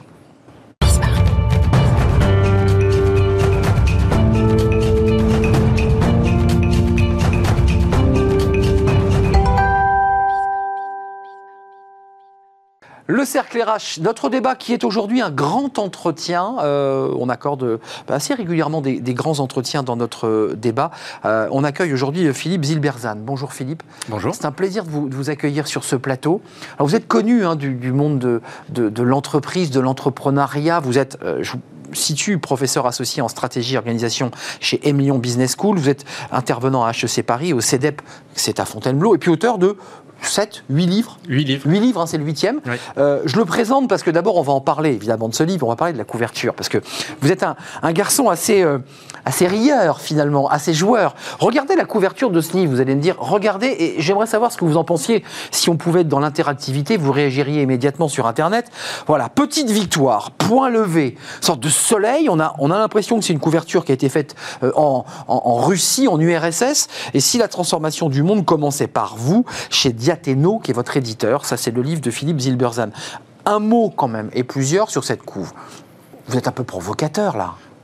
Le cercle R H, notre débat qui est aujourd'hui un grand entretien. Euh, on accorde assez régulièrement des, des grands entretiens dans notre débat. Euh, on accueille aujourd'hui Philippe Zilberzan. Bonjour Philippe. Bonjour. C'est un plaisir de vous, de vous accueillir sur ce plateau. Alors, vous êtes connu hein, du, du monde de, de, de l'entreprise, de l'entrepreneuriat. Vous êtes, euh, je vous situe professeur associé en stratégie et organisation chez M Lyon Business School. Vous êtes intervenant à H E C Paris, au CEDEP, c'est à Fontainebleau, et puis auteur de sept, huit livres. huit livres. huit livres, hein, c'est le huitième. Oui. Euh, je le présente parce que d'abord, on va en parler, évidemment, de ce livre. On va parler de la couverture. Parce que vous êtes un, un garçon assez, euh, assez rieur, finalement, assez joueur. Regardez la couverture de ce livre. Vous allez me dire, regardez, et j'aimerais savoir ce que vous en pensiez. Si on pouvait être dans l'interactivité, vous réagiriez immédiatement sur Internet. Voilà, petite victoire, point levé, sorte de soleil. On a, on a l'impression que c'est une couverture qui a été faite euh, en, en, en Russie, en U R S S. Et si la transformation du monde commençait par vous, chez Diathéno, qui est votre éditeur, ça c'est le livre de Philippe Zilberzan. Un mot quand même, et plusieurs sur cette couve. Vous êtes un peu provocateur là.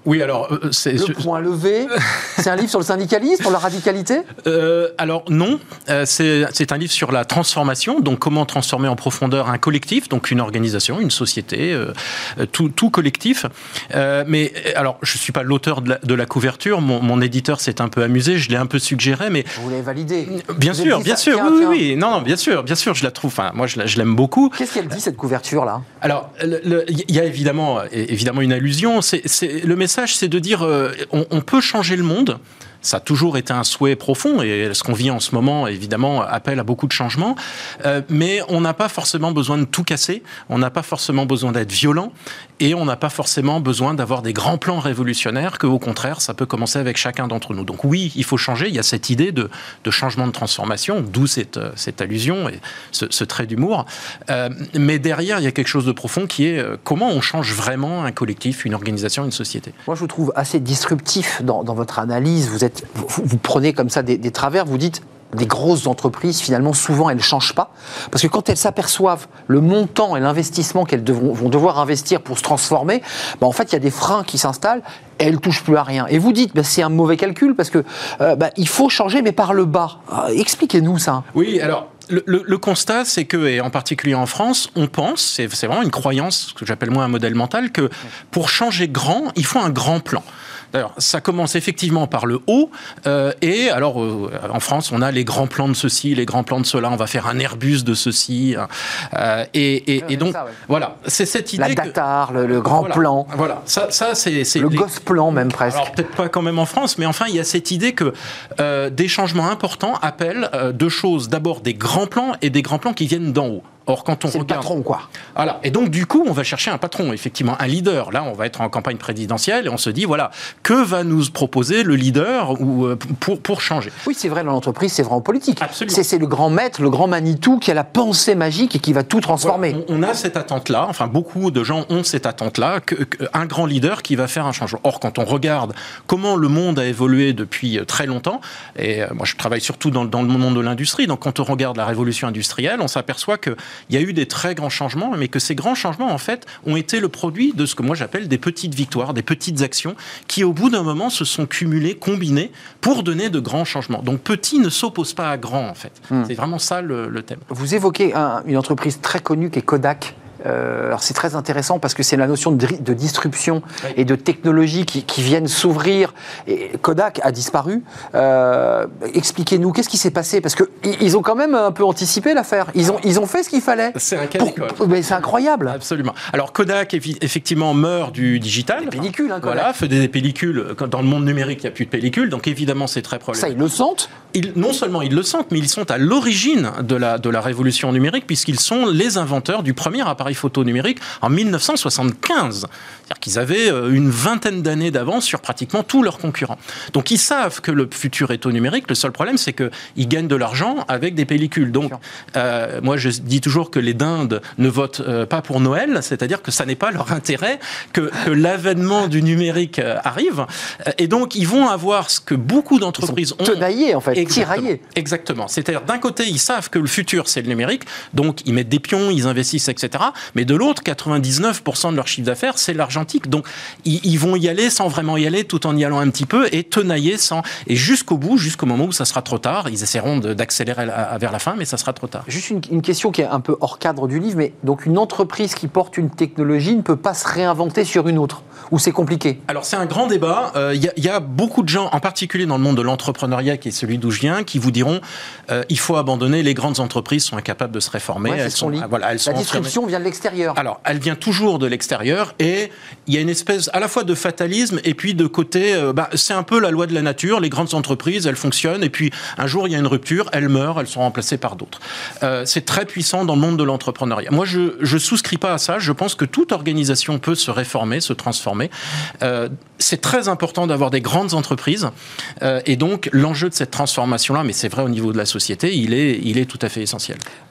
Oui, alors c'est le point levé. C'est un livre sur le syndicalisme, sur la radicalité. Euh, alors non, euh, c'est, c'est un livre sur la transformation. Donc comment transformer en profondeur un collectif, donc une organisation, une société, euh, tout, tout collectif. Euh, mais alors je suis pas l'auteur de la, de la couverture. Mon, mon éditeur s'est un peu amusé. Je l'ai un peu suggéré, mais vous l'avez validé. Bien vous sûr, bien ça, sûr. tiens, oui, tiens. oui, oui. Non, non, bien sûr, bien sûr. Je la trouve. Enfin, moi, je, la, je l'aime beaucoup. Qu'est-ce qu'elle dit cette couverture là? Alors, il y a évidemment, évidemment une allusion. C'est, c'est, le message, c'est de dire, euh, on, on peut changer le monde. Ça a toujours été un souhait profond, et ce qu'on vit en ce moment, évidemment, appelle à beaucoup de changements. Euh, mais on n'a pas forcément besoin de tout casser, on n'a pas forcément besoin d'être violent, et on n'a pas forcément besoin d'avoir des grands plans révolutionnaires, que au contraire, ça peut commencer avec chacun d'entre nous. Donc oui, il faut changer, il y a cette idée de, de changement de transformation, d'où cette, cette allusion et ce, ce trait d'humour. Euh, mais derrière, il y a quelque chose de profond qui est euh, comment on change vraiment un collectif, une organisation, une société. Moi, je vous trouve assez disruptif dans, dans votre analyse. Vous êtes Vous, vous prenez comme ça des, des travers, vous dites des grosses entreprises, finalement, souvent, elles ne changent pas. Parce que quand elles s'aperçoivent le montant et l'investissement qu'elles devront, vont devoir investir pour se transformer, bah, en fait, il y a des freins qui s'installent et elles ne touchent plus à rien. Et vous dites, bah, c'est un mauvais calcul parce que euh, bah, il faut changer, mais par le bas. Euh, expliquez-nous ça. Oui, alors... Le, le, le constat, c'est que, et en particulier en France, on pense, c'est, c'est vraiment une croyance, ce que j'appelle moi un modèle mental, que pour changer grand, il faut un grand plan. D'ailleurs, ça commence effectivement par le haut, euh, et alors euh, en France, on a les grands plans de ceci, les grands plans de cela, on va faire un Airbus de ceci, euh, et, et, et donc ça, ouais. Voilà, c'est cette idée. La Datar, que, le, le grand voilà, plan. Voilà, ça, ça c'est, c'est le les... gosse plan même presque. Alors peut-être pas quand même en France, mais enfin il y a cette idée que euh, des changements importants appellent euh, deux choses. D'abord des grands plans et des grands plans qui viennent d'en haut. Or, quand on c'est regarde... le patron, quoi. Voilà. Et donc, du coup, on va chercher un patron, effectivement, un leader. Là, on va être en campagne présidentielle et on se dit, voilà, que va nous proposer le leader ou, euh, pour, pour changer? Oui, c'est vrai dans l'entreprise, c'est vrai en politique. Absolument. C'est, c'est le grand maître, le grand Manitou qui a la pensée magique et qui va tout transformer. Voilà. On, on a cette attente-là, enfin, beaucoup de gens ont cette attente-là, que, que, un grand leader qui va faire un changement. Or, quand on regarde comment le monde a évolué depuis très longtemps, et euh, moi, je travaille surtout dans, dans le monde de l'industrie, donc quand on regarde la révolution industrielle, on s'aperçoit qu'il y a eu des très grands changements, mais que ces grands changements, en fait, ont été le produit de ce que moi j'appelle des petites victoires, des petites actions, qui au bout d'un moment se sont cumulées, combinées, pour donner de grands changements. Donc petit ne s'oppose pas à grand, en fait. Mmh. C'est vraiment ça le, le thème. Vous évoquez un, une entreprise très connue qui est Kodak. Euh, alors c'est très intéressant parce que c'est la notion de, de disruption oui. et de technologie qui, qui viennent s'ouvrir. Et Kodak a disparu. Euh, expliquez-nous, qu'est-ce qui s'est passé? Parce qu'ils ont quand même un peu anticipé l'affaire. Ils ont, ils ont fait ce qu'il fallait. C'est un cas d'école. Mais c'est incroyable. Absolument. Alors Kodak, effectivement, meurt du digital. Des pellicules, hein, Kodak. Voilà, fait des pellicules. Dans le monde numérique, il n'y a plus de pellicules. Donc évidemment, c'est très problématique. Ça, ils le sentent ils, Non seulement ils le sentent, mais ils sont à l'origine de la, de la révolution numérique, puisqu'ils sont les inventeurs du premier appareil photo numérique en mille neuf cent soixante-quinze. C'est-à-dire qu'ils avaient une vingtaine d'années d'avance sur pratiquement tous leurs concurrents. Donc ils savent que le futur est au numérique. Le seul problème, c'est qu'ils gagnent de l'argent avec des pellicules. Donc euh, moi, je dis toujours que les dindes ne votent euh, pas pour Noël, c'est-à-dire que ça n'est pas leur intérêt que, que l'avènement du numérique euh, arrive. Et donc ils vont avoir ce que beaucoup d'entreprises ont... Tenaillés, en fait, Exactement. tiraillés. Exactement. C'est-à-dire d'un côté, ils savent que le futur, c'est le numérique, donc ils mettent des pions, ils investissent, et cetera. Mais de l'autre, quatre-vingt-dix-neuf pour cent de leur chiffre d'affaires, c'est l'argentique. Donc, ils, ils vont y aller sans vraiment y aller, tout en y allant un petit peu, et tenailler sans... Et jusqu'au bout, jusqu'au moment où ça sera trop tard, ils essaieront de, d'accélérer la, vers la fin, mais ça sera trop tard. Juste une, une question qui est un peu hors cadre du livre, mais donc une entreprise qui porte une technologie ne peut pas se réinventer sur une autre, ou c'est compliqué? Alors, c'est un grand débat. Il euh, y, y a beaucoup de gens, en particulier dans le monde de l'entrepreneuriat, qui est celui d'où je viens, qui vous diront euh, il faut abandonner, les grandes entreprises sont incapables de se réformer. Ouais, elles sont, voilà, elles la sont disruption vient de l'extérieur. Alors, elle vient toujours de l'extérieur et il y a une espèce à la fois de fatalisme et puis de côté, euh, bah, c'est un peu la loi de la nature. Les grandes entreprises, elles fonctionnent et puis un jour, il y a une rupture, elles meurent, elles sont remplacées par d'autres. Euh, c'est très puissant dans le monde de l'entrepreneuriat. Moi, je ne souscris pas à ça. Je pense que toute organisation peut se réformer, se transformer. Euh, c'est très important d'avoir des grandes entreprises euh, et donc l'enjeu de cette transformation-là, mais c'est vrai au niveau de la société, il est, il est tout à fait essentiel. Euh,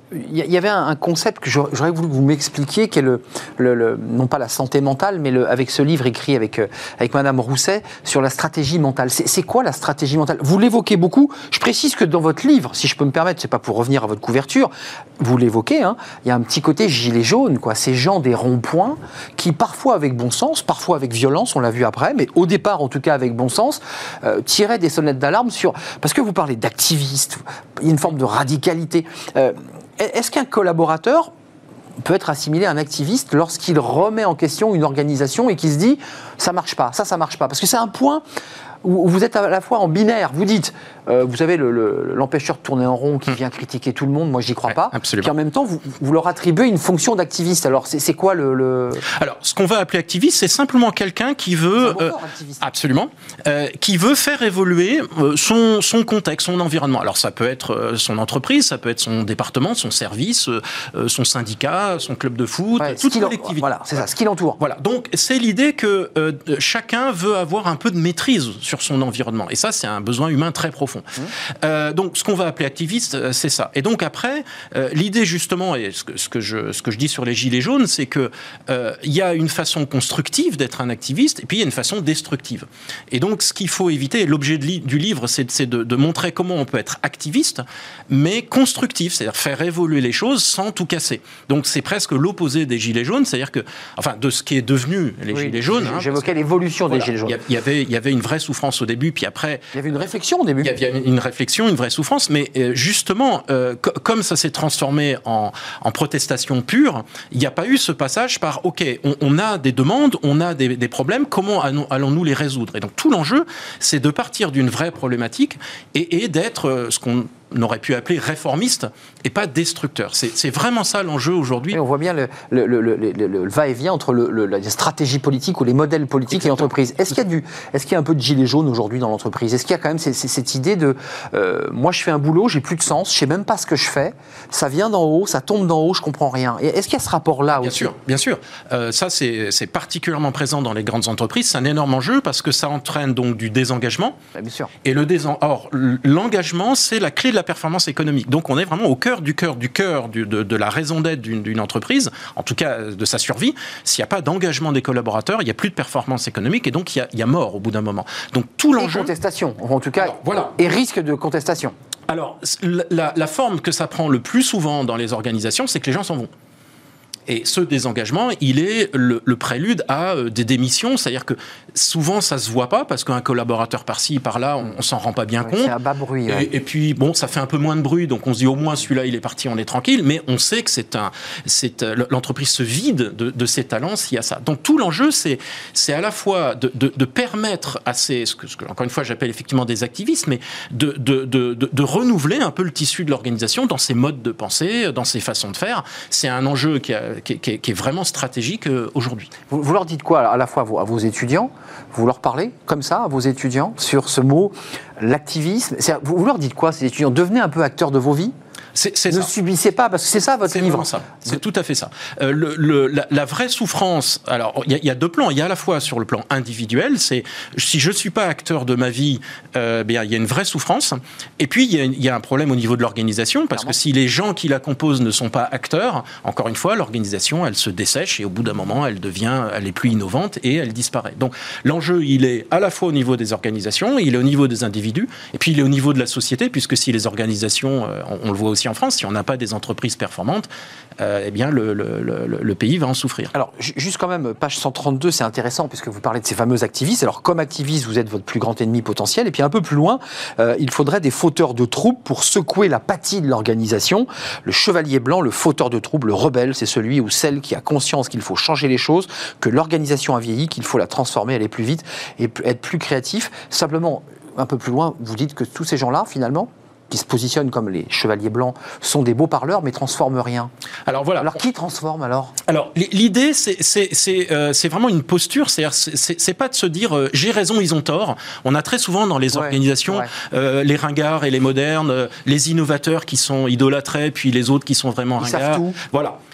il y avait un concept que j'aurais voulu que vous m'expliquiez, qui est le, le, le, non pas la santé mentale, mais le, avec ce livre écrit avec, avec Madame Rousset sur la stratégie mentale. C'est quoi la stratégie mentale? Vous l'évoquez beaucoup. Je précise que dans votre livre, si je peux me permettre, c'est pas pour revenir à votre couverture, vous l'évoquez, hein, il y a un petit côté gilet jaune, quoi. Ces gens des ronds-points qui, parfois avec bon sens, parfois avec violence, on l'a vu après, mais au départ, en tout cas avec bon sens, euh, tiraient des sonnettes d'alarme sur... Parce que vous parlez d'activistes, il y a une forme de radicalité. Euh, Est-ce qu'un collaborateur peut être assimilé à un activiste lorsqu'il remet en question une organisation et qui se dit « ça marche pas, ça, ça marche pas ». Parce que c'est un point où vous êtes à la fois en binaire. Vous dites, euh, vous savez, l'empêcheur le, de tourner en rond qui vient critiquer tout le monde, moi j'y crois ouais, pas. Absolument. Puis en même temps, vous, vous leur attribuez une fonction d'activiste. Alors c'est quoi le, le... Alors ce qu'on va appeler activiste, c'est simplement quelqu'un qui veut... Euh, activiste. Absolument. Euh, qui veut faire évoluer euh, son, son contexte, son environnement. Alors ça peut être euh, son entreprise, ça peut être son département, son service, euh, son syndicat, son club de foot, ouais, toute collectivité. Voilà, c'est ça, ce qui l'entoure. Voilà, donc c'est l'idée que euh, chacun veut avoir un peu de maîtrise sur son environnement. Et ça, c'est un besoin humain très profond. Mmh. Euh, donc, ce qu'on va appeler activiste, c'est ça. Et donc, après, euh, l'idée, justement, et ce que, ce, que je, ce que je dis sur les gilets jaunes, c'est qu'il euh, y a une façon constructive d'être un activiste, et puis il y a une façon destructive. Et donc, ce qu'il faut éviter, l'objet li du livre, c'est de, de montrer comment on peut être activiste, mais constructif, c'est-à-dire faire évoluer les choses sans tout casser. Donc, c'est presque l'opposé des gilets jaunes, c'est-à-dire que, enfin, de ce qui est devenu les oui, gilets jaunes. J'évoquais hein, l'évolution des voilà, gilets jaunes. Il y, avait, il y avait une vraie souffrance au début, puis après... Il y avait une réflexion au début. Il y avait une réflexion, une vraie souffrance, mais justement, euh, comme ça s'est transformé en, en protestation pure, il n'y a pas eu ce passage par, OK, on, on a des demandes, on a des, des problèmes, comment allons-nous les résoudre? Et donc tout l'enjeu, c'est de partir d'une vraie problématique et, et d'être euh, ce qu'on on aurait pu appeler réformiste et pas destructeur. C'est vraiment ça l'enjeu aujourd'hui. On voit bien le, le, le, le, le, le va-et-vient entre le, le, la stratégie politique ou les modèles politiques Exactement. Et l'entreprise. Est-ce qu'il y a du, est-ce qu'il y a un peu de gilet jaune aujourd'hui dans l'entreprise? Est-ce qu'il y a quand même cette, cette idée de euh, moi je fais un boulot, j'ai plus de sens, je sais même pas ce que je fais, ça vient d'en haut, ça tombe d'en haut, je comprends rien. Est-ce qu'il y a ce rapport-là aussi? Bien sûr, bien sûr. Euh, ça c'est particulièrement présent dans les grandes entreprises. C'est un énorme enjeu parce que ça entraîne donc du désengagement. Bien sûr. Et le désen... Or, l'engagement, c'est la clé de la performance économique. Donc on est vraiment au cœur du cœur du cœur du, de, de la raison d'être d'une entreprise, en tout cas de sa survie. S'il n'y a pas d'engagement des collaborateurs, il n'y a plus de performance économique et donc il y a, il y a mort au bout d'un moment. Donc tout l'enjeu... Et contestation, en tout cas, Alors, voilà. et risque de contestation. Alors, la, la forme que ça prend le plus souvent dans les organisations, c'est que les gens s'en vont. Et ce désengagement, il est le, le prélude à euh, des démissions, c'est-à-dire que souvent ça se voit pas parce qu'un collaborateur par-ci, par-là, on, on s'en rend pas bien ouais, compte. C'est à bas bruit. Et, ouais. et puis bon, ça fait un peu moins de bruit, donc on se dit au moins celui-là il est parti, on est tranquille. Mais on sait que c'est un, c'est l'entreprise se vide de, de ses talents s'il y a ça. Donc tout l'enjeu, c'est c'est à la fois de, de, de permettre à ces, ce que, ce que encore une fois j'appelle effectivement des activistes, mais de, de, de, de, de renouveler un peu le tissu de l'organisation dans ses modes de pensée, dans ses façons de faire. C'est un enjeu qui a Qui est, qui est vraiment stratégique euh, aujourd'hui. Vous, vous leur dites quoi à la fois à vos, à vos étudiants? Vous leur parlez comme ça à vos étudiants sur ce mot, l'activisme? Vous, vous leur dites quoi, ces étudiants? Devenez un peu acteurs de vos vies? C'est, c'est ne ça. subissez pas, parce que c'est ça votre c'est livre. C'est tout à fait ça. Euh, le, le, la, la vraie souffrance, alors il y, y a deux plans. Il y a à la fois sur le plan individuel, c'est si je ne suis pas acteur de ma vie, euh, bien il y a une vraie souffrance. Et puis il y, y a un problème au niveau de l'organisation, parce Clairement. que si les gens qui la composent ne sont pas acteurs, encore une fois, l'organisation elle se dessèche et au bout d'un moment elle devient, elle est plus innovante et elle disparaît. Donc l'enjeu il est à la fois au niveau des organisations, il est au niveau des individus, et puis il est au niveau de la société, puisque si les organisations, on, on le voit aussi en France, si on n'a pas des entreprises performantes, euh, eh bien le, le, le, le pays va en souffrir. Alors, juste quand même, page cent trente-deux, c'est intéressant puisque vous parlez de ces fameux activistes. Alors, comme activiste, vous êtes votre plus grand ennemi potentiel. Et puis, un peu plus loin, euh, il faudrait des fauteurs de troubles pour secouer l'apathie de l'organisation. Le chevalier blanc, le fauteur de troubles, le rebelle, c'est celui ou celle qui a conscience qu'il faut changer les choses, que l'organisation a vieilli, qu'il faut la transformer, aller plus vite et être plus créatif. Simplement, un peu plus loin, vous dites que tous ces gens-là, finalement, qui se positionnent comme les chevaliers blancs, sont des beaux parleurs, mais transforment rien. Alors voilà. Alors qui transforme alors? Alors l'idée, c'est euh, vraiment une posture, c'est-à-dire c'est pas de se dire euh, j'ai raison, ils ont tort. On a très souvent dans les ouais, organisations ouais. euh, les ringards et les modernes, euh, les innovateurs qui sont idolâtrés, puis les autres qui sont vraiment ils ringards. Savent tout. Voilà.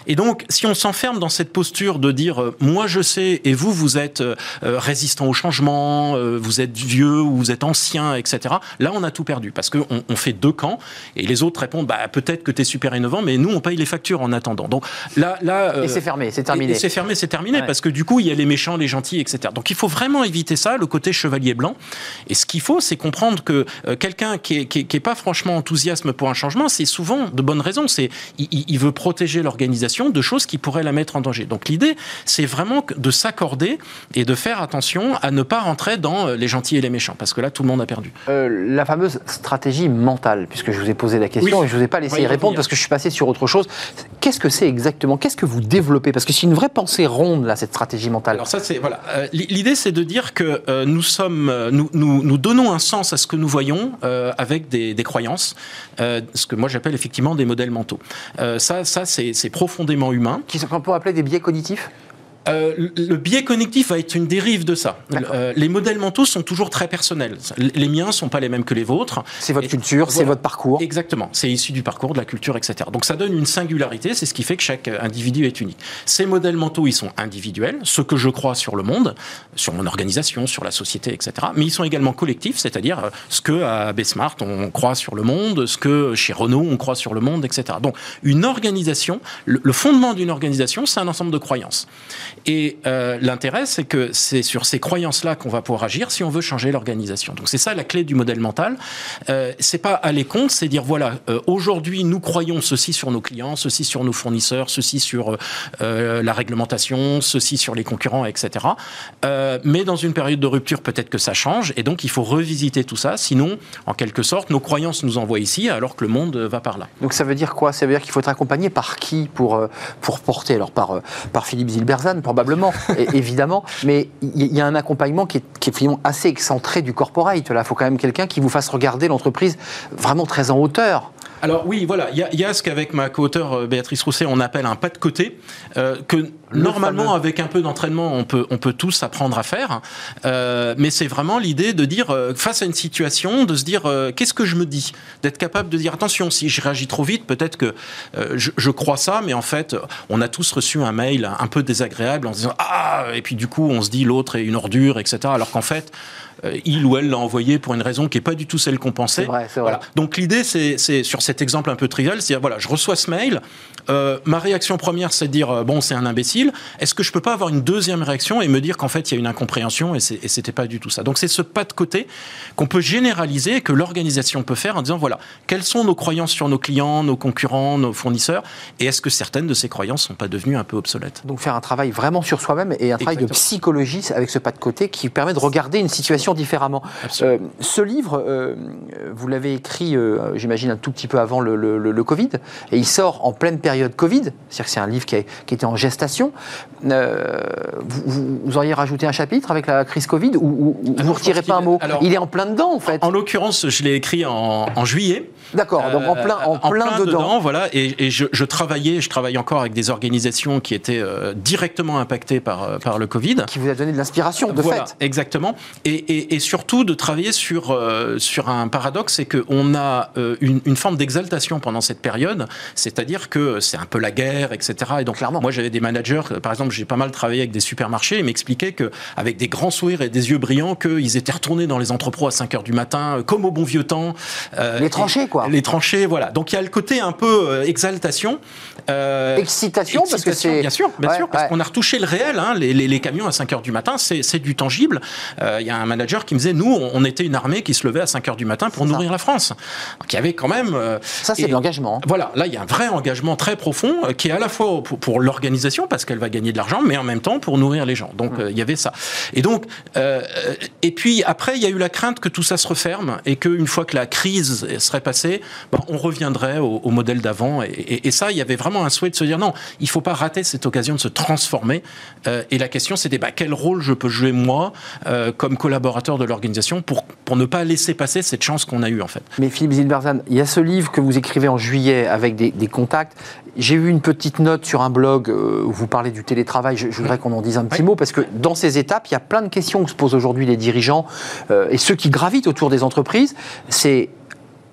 Et donc, si on s'enferme dans cette posture de dire euh, moi je sais et vous vous êtes euh, résistant au changement, euh, vous êtes vieux ou vous êtes ancien, et cetera. Là, on a tout perdu parce qu'on on fait deux camps et les autres répondent bah peut-être que tu es super innovant, mais nous on paye les factures en attendant. Donc là, là euh, et c'est fermé, c'est terminé. Et, et c'est fermé, c'est terminé ouais. parce que du coup il y a les méchants, les gentils, et cetera. Donc il faut vraiment éviter ça, le côté chevalier blanc. Et ce qu'il faut, c'est comprendre que euh, quelqu'un qui est, qui, est, qui est pas franchement enthousiaste pour un changement, c'est souvent de bonnes raisons. C'est il, il veut protéger l'organisation de choses qui pourraient la mettre en danger. Donc l'idée, c'est vraiment de s'accorder et de faire attention à ne pas rentrer dans les gentils et les méchants, parce que là, tout le monde a perdu. Euh, la fameuse stratégie mentale, puisque je vous ai posé la question oui. et je ne vous ai pas laissé y répondre parce que je suis passé sur autre chose. Qu'est-ce que c'est exactement? Qu'est-ce que vous développez? Parce que c'est une vraie pensée ronde, là, cette stratégie mentale. Alors ça, c'est voilà. Euh, l'idée, c'est de dire que euh, nous sommes, nous, nous, nous donnons un sens à ce que nous voyons euh, avec des, des croyances, euh, ce que moi j'appelle effectivement des modèles mentaux. Euh, ça, ça, c'est, c'est profondément humain. Qui qu'on peut appeler des biais cognitifs? Euh, le biais cognitif va être une dérive de ça. Euh, les modèles mentaux sont toujours très personnels. Les miens ne sont pas les mêmes que les vôtres. C'est votre et, culture, voilà. C'est votre parcours. Exactement. C'est issu du parcours, de la culture, et cetera. Donc ça donne une singularité, c'est ce qui fait que chaque individu est unique. Ces modèles mentaux, ils sont individuels, ce que je crois sur le monde, sur mon organisation, sur la société, et cetera. Mais ils sont également collectifs, c'est-à-dire ce que à Besmart on croit sur le monde, ce que chez Renault on croit sur le monde, et cetera. Donc une organisation, le, le fondement d'une organisation, c'est un ensemble de croyances. Et euh, l'intérêt, c'est que c'est sur ces croyances-là qu'on va pouvoir agir si on veut changer l'organisation. Donc c'est ça la clé du modèle mental. Euh, c'est pas aller contre, c'est dire voilà, euh, aujourd'hui nous croyons ceci sur nos clients, ceci sur nos fournisseurs, ceci sur euh, la réglementation, ceci sur les concurrents, et cetera. Euh, mais dans une période de rupture, peut-être que ça change, et donc il faut revisiter tout ça. Sinon, en quelque sorte, nos croyances nous envoient ici, alors que le monde va par là. Donc ça veut dire quoi? Ça veut dire qu'il faut être accompagné par qui pour pour porter? Alors par par Philippe Zilberzan, probablement, évidemment, mais il y a un accompagnement qui est, qui est finalement assez excentré du corporate. Là, il faut quand même quelqu'un qui vous fasse regarder l'entreprise vraiment très en hauteur. Alors oui, voilà, il y, y a ce qu'avec ma co-auteure Béatrice Rousset, on appelle un pas de côté, euh, que Le normalement, fameux. avec un peu d'entraînement, on peut, on peut tous apprendre à faire, euh, mais c'est vraiment l'idée de dire, euh, face à une situation, de se dire, euh, qu'est-ce que je me dis? D'être capable de dire, attention, si je réagis trop vite, peut-être que euh, je, je crois ça, mais en fait, on a tous reçu un mail un peu désagréable en se disant, ah, et puis du coup, on se dit, l'autre est une ordure, et cetera, alors qu'en fait, Euh, il ou elle l'a envoyé pour une raison qui n'est pas du tout celle qu'on pensait. C'est vrai, c'est vrai. Voilà. Donc l'idée, c'est, c'est sur cet exemple un peu trivial, c'est-à-dire voilà, je reçois ce mail, euh, ma réaction première, c'est de dire euh, bon, c'est un imbécile. Est-ce que je peux pas avoir une deuxième réaction et me dire qu'en fait il y a une incompréhension et, c'est, et c'était pas du tout ça. Donc c'est ce pas de côté qu'on peut généraliser, que l'organisation peut faire en disant voilà, quelles sont nos croyances sur nos clients, nos concurrents, nos fournisseurs, et est-ce que certaines de ces croyances sont pas devenues un peu obsolètes. Donc faire un travail vraiment sur soi-même et un travail Exactement. de psychologie avec ce pas de côté qui permet de regarder une situation différemment. Euh, ce livre, euh, vous l'avez écrit, euh, j'imagine, un tout petit peu avant le, le, le Covid, et il sort en pleine période Covid, c'est-à-dire que c'est un livre qui, a, qui était en gestation. Euh, vous, vous auriez rajouté un chapitre avec la crise Covid, ou, ou alors, vous ne retirez pas un mot? Alors, il est en plein dedans, en fait. En, en l'occurrence, je l'ai écrit en, en juillet. D'accord, donc en plein, en en plein, plein dedans. dedans. Voilà, et, et je, je travaillais, je travaille encore avec des organisations qui étaient euh, directement impactées par, par le Covid. Qui vous a donné de l'inspiration, de voilà, fait. Exactement. Et, et, et surtout de travailler sur, euh, sur un paradoxe, c'est qu'on a euh, une, une forme d'exaltation pendant cette période, c'est-à-dire que c'est un peu la guerre, et cetera. Et donc, Clairement. moi, j'avais des managers, par exemple, j'ai pas mal travaillé avec des supermarchés, ils m'expliquaient qu'avec des grands sourires et des yeux brillants, qu'ils étaient retournés dans les entrepôts à cinq heures du matin, comme au bon vieux temps. Euh, les tranchées, quoi. Les tranchées, voilà. Donc, il y a le côté un peu euh, exaltation. Euh, excitation, parce que c'est... Bien sûr, bien ouais, sûr, parce ouais. qu'on a retouché le réel, hein, les, les, les camions à cinq heures du matin, c'est, c'est du tangible. Il euh, y a un manager qui me disait, nous, on était une armée qui se levait à cinq heures du matin pour c'est nourrir ça. la France. Donc, il y avait quand même... Euh, ça, c'est et, de l'engagement. Voilà, là, il y a un vrai engagement très profond euh, qui est à la fois pour, pour l'organisation, parce qu'elle va gagner de l'argent, mais en même temps pour nourrir les gens. Donc, il mmh. euh, y avait ça. Et donc, euh, et puis après, il y a eu la crainte que tout ça se referme et qu'une fois que la crise serait passée, ben, on reviendrait au, au modèle d'avant. Et, et, et ça, il y avait vraiment un souhait de se dire non, il ne faut pas rater cette occasion de se transformer. Euh, et la question, c'était bah, quel rôle je peux jouer moi, euh, comme collaborateur de l'organisation, pour, pour ne pas laisser passer cette chance qu'on a eue, en fait. Mais Philippe Zilberzan, il y a ce livre que vous écrivez en juillet avec des, des contacts. J'ai eu une petite note sur un blog euh, où vous parlez du télétravail. Je, je voudrais qu'on en dise un petit oui. mot, parce que dans ces étapes, il y a plein de questions que se posent aujourd'hui les dirigeants euh, et ceux qui gravitent autour des entreprises. C'est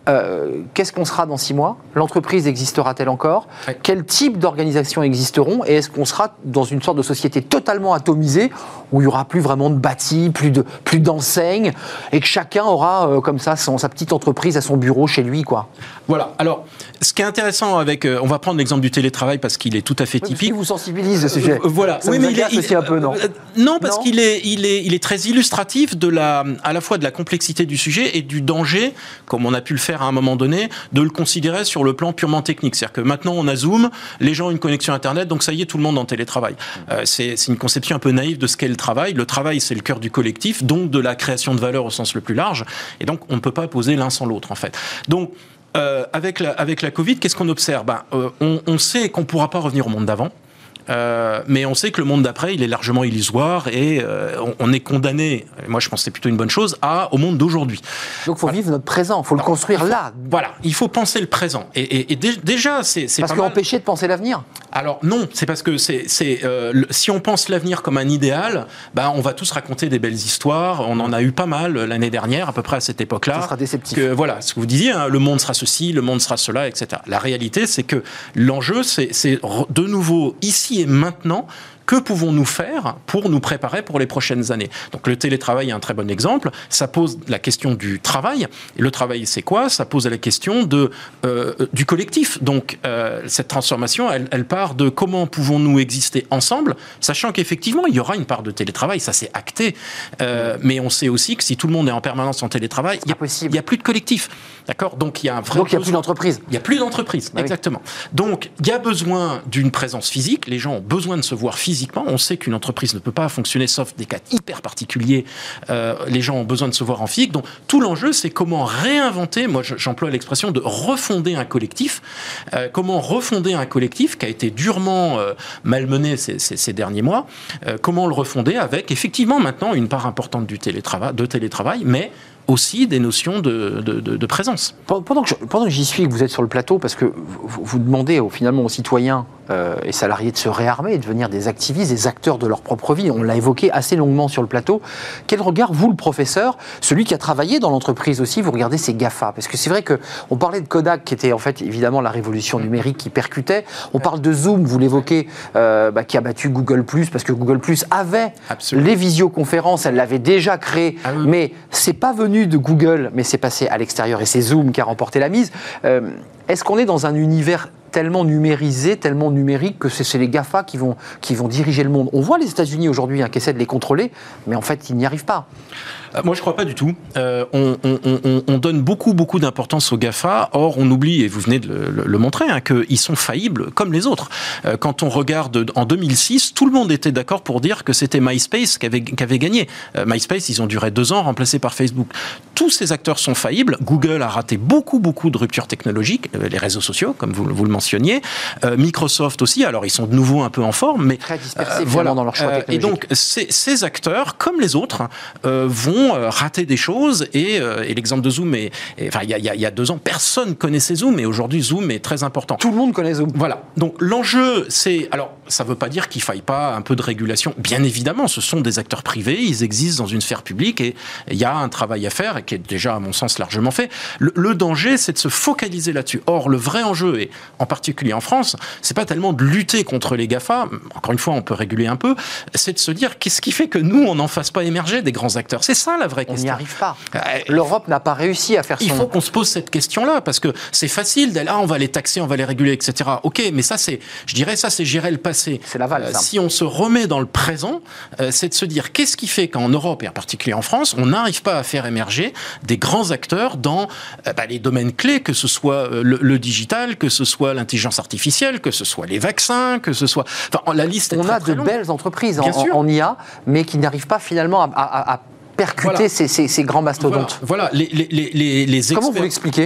euh, qu'est-ce qu'on sera dans six mois? L'entreprise existera-t-elle encore? Ouais. Quel type d'organisations existeront? Et est-ce qu'on sera dans une sorte de société totalement atomisée où il n'y aura plus vraiment de bâti, plus de plus d'enseignes et que chacun aura euh, comme ça son, sa petite entreprise à son bureau chez lui, quoi? Voilà. Alors, ce qui est intéressant avec, euh, on va prendre l'exemple du télétravail parce qu'il est tout à fait Oui, typique. Il vous sensibilise ce sujet. Euh, voilà. Ça oui, mais il est aussi un peu, non euh, Non, parce non qu'il est, il est, il est très illustratif de la, à la fois de la complexité du sujet et du danger, comme on a pu le faire à un moment donné, de le considérer sur le plan purement technique. C'est-à-dire que maintenant on a Zoom, les gens ont une connexion Internet, donc ça y est, tout le monde en télétravail. Euh, c'est, c'est une conception un peu naïve de ce qu'est le travail. Le travail, c'est le cœur du collectif, donc de la création de valeur au sens le plus large. Et donc on ne peut pas poser l'un sans l'autre, en fait. Donc euh, avec la, avec la Covid, qu'est-ce qu'on observe? Ben, euh, on, on sait qu'on ne pourra pas revenir au monde d'avant. Euh, mais on sait que le monde d'après, il est largement illusoire et euh, on, on est condamné, moi je pense que c'est plutôt une bonne chose, à, au monde d'aujourd'hui. Donc il faut vivre notre présent, il faut le construire là. Voilà, il faut penser le présent. Et, et, et dé, déjà, c'est, c'est parce pas que mal. empêcher de penser l'avenir. Alors non, c'est parce que c'est, c'est, euh, le, si on pense l'avenir comme un idéal, bah, on va tous raconter des belles histoires. On en a eu pas mal l'année dernière, à peu près à cette époque-là. Ça sera déceptif. Que, voilà, ce que vous disiez, hein, le monde sera ceci, le monde sera cela, et cetera. La réalité, c'est que l'enjeu, c'est, c'est de nouveau, ici et maintenant, que pouvons-nous faire pour nous préparer pour les prochaines années? Donc le télétravail est un très bon exemple. Ça pose la question du travail. Et le travail, c'est quoi? Ça pose la question de, euh, du collectif. Donc euh, cette transformation, elle, elle part de comment pouvons-nous exister ensemble, sachant qu'effectivement, il y aura une part de télétravail. Ça, c'est acté. Euh, mais on sait aussi que si tout le monde est en permanence en télétravail, il n'y a, a plus de collectif. D'accord? Donc il y a un vrai Donc il n'y a plus d'entreprise. Il n'y a plus d'entreprise, bah exactement. Oui. Donc il y a besoin d'une présence physique. Les gens ont besoin de se voir physiquement. On sait qu'une entreprise ne peut pas fonctionner sauf des cas hyper particuliers. Euh, les gens ont besoin de se voir en physique. Donc tout l'enjeu, c'est comment réinventer, moi j'emploie l'expression de refonder un collectif, euh, comment refonder un collectif qui a été durement euh, malmené ces, ces, ces derniers mois, euh, comment le refonder avec effectivement maintenant une part importante du télétravail, de télétravail, mais aussi des notions de, de, de, de présence. Pendant que, je, pendant que j'y suis, que vous êtes sur le plateau, parce que vous, vous demandez aux, finalement aux citoyens euh, et salariés de se réarmer, de devenir des activistes, des acteurs de leur propre vie. On l'a évoqué assez longuement sur le plateau. Quel regard, vous le professeur, celui qui a travaillé dans l'entreprise aussi, vous regardez ces GAFA? Parce que c'est vrai qu'on parlait de Kodak, qui était en fait évidemment la révolution numérique qui percutait. On parle de Zoom, vous l'évoquez, euh, bah, qui a battu Google plus, parce que Google plus avait Absolument. les visioconférences, elle l'avait déjà créé, ah oui. mais c'est pas venu de Google, mais c'est passé à l'extérieur et c'est Zoom qui a remporté la mise. Euh, est-ce qu'on est dans un univers tellement numérisé, tellement numérique que c'est, c'est les GAFA qui vont, qui vont diriger le monde? On voit les États-Unis aujourd'hui hein, qui essaient de les contrôler, mais en fait, ils n'y arrivent pas. Moi, je ne crois pas du tout. Euh, on, on, on, on donne beaucoup, beaucoup d'importance aux GAFA. Or, on oublie, et vous venez de le, le, le montrer, hein, qu'ils sont faillibles comme les autres. Euh, quand on regarde en deux mille six, tout le monde était d'accord pour dire que c'était MySpace qui avait, qui avait gagné. Euh, MySpace, ils ont duré deux ans, remplacés par Facebook. Tous ces acteurs sont faillibles. Google a raté beaucoup, beaucoup de ruptures technologiques. Euh, les réseaux sociaux, comme vous, vous le mentionniez. Euh, Microsoft aussi. Alors, ils sont de nouveau un peu en forme, mais très dispersés euh, voilà. dans leur choix technologique. Et donc, ces, ces acteurs, comme les autres, euh, vont rater des choses et, euh, et l'exemple de Zoom est, est enfin il y, y, y a deux ans personne connaissait Zoom et aujourd'hui Zoom est très important. Tout le monde connaît Zoom. Voilà. Donc l'enjeu c'est alors ça veut pas dire qu'il faille pas un peu de régulation. Bien évidemment, ce sont des acteurs privés, ils existent dans une sphère publique et il y a un travail à faire et qui est déjà à mon sens largement fait. Le, le danger c'est de se focaliser là-dessus. Or le vrai enjeu et en particulier en France, c'est pas tellement de lutter contre les GAFA. Encore une fois, on peut réguler un peu. C'est de se dire qu'est-ce qui fait que nous on n'en fasse pas émerger des grands acteurs. C'est ça la vraie question. On n'y arrive pas. L'Europe n'a pas réussi à faire son... Il faut qu'on se pose cette question-là, parce que c'est facile d'aller, ah, on va les taxer, on va les réguler, et cetera. Ok, mais ça, c'est, je dirais, ça, c'est gérer le passé. C'est l'aval, ça. Euh, si on se remet dans le présent, euh, c'est de se dire, qu'est-ce qui fait qu'en Europe, et en particulier en France, on n'arrive pas à faire émerger des grands acteurs dans euh, bah, les domaines clés, que ce soit euh, le, le digital, que ce soit l'intelligence artificielle, que ce soit les vaccins, que ce soit... Enfin, la liste est on très, a très de longue. belles entreprises en, en, en I A, mais qui n'arrivent pas finalement à... à, à percuter voilà. ces, ces, ces grands mastodontes. Voilà, voilà. Les, les, les, les experts... Comment vous l'expliquez ?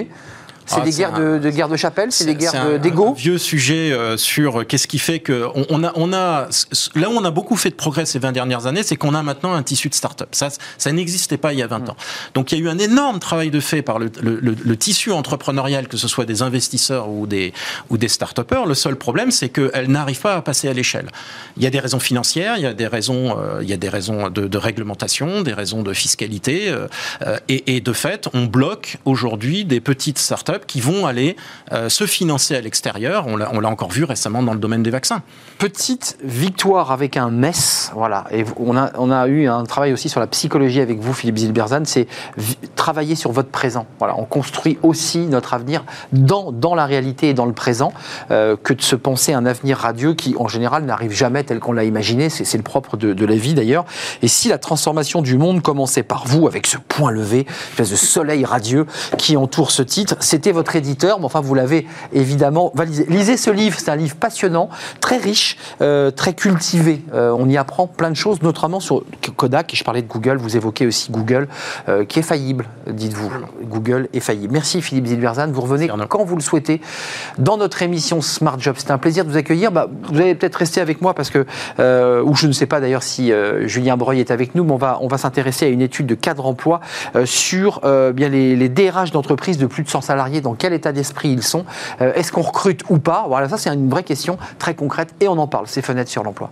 C'est Ah, des c'est guerres un- de, de guerres de chapelle, c'est des guerres un- de- d'ego. un vieux sujet euh, sur qu'est-ce qui fait que on, on a, on a, là où on a beaucoup fait de progrès ces vingt dernières années, c'est qu'on a maintenant un tissu de start-up. Ça, ça n'existait pas il y a vingt Mmh. ans. Donc il y a eu un énorme travail de fait par le, le, le, le tissu entrepreneurial, que ce soit des investisseurs ou des, ou des start-upers. Le seul problème, c'est qu'elles n'arrivent pas à passer à l'échelle. Il y a des raisons financières, il y a des raisons, euh, il y a des raisons de, de réglementation, des raisons de fiscalité, euh, euh, et, et de fait, on bloque aujourd'hui des petites start-up qui vont aller euh, se financer à l'extérieur. On l'a, on l'a encore vu récemment dans le domaine des vaccins. Petite victoire avec un M E S, voilà. Et on a, on a eu un travail aussi sur la psychologie avec vous, Philippe Zilberzan, c'est vi- travailler sur votre présent. Voilà, on construit aussi notre avenir dans, dans la réalité et dans le présent, euh, que de se penser un avenir radieux qui, en général, n'arrive jamais tel qu'on l'a imaginé. C'est, c'est le propre de, de la vie, d'ailleurs. Et si la transformation du monde commençait par vous, avec ce point levé, une espèce de soleil radieux qui entoure ce titre, c'était votre éditeur, mais enfin, vous l'avez évidemment validé. Lisez ce livre, c'est un livre passionnant, très riche, euh, très cultivé. Euh, on y apprend plein de choses, notamment sur Kodak. Et je parlais de Google, vous évoquez aussi Google, euh, qui est faillible, dites-vous. Google est faillible. Merci Philippe Zilberzan. Vous revenez quand vous le souhaitez dans notre émission Smart Job. C'était un plaisir de vous accueillir. Bah, vous allez peut-être rester avec moi parce que, euh, ou je ne sais pas d'ailleurs si euh, Julien Breuil est avec nous, mais on va, on va s'intéresser à une étude de cadre emploi euh, sur euh, bien les, les D R H d'entreprises de plus de cent salariés. Dans quel état d'esprit ils sont? euh, Est-ce qu'on recrute ou pas? Voilà, ça c'est une vraie question très concrète et on en parle. C'est Fenêtre sur l'emploi.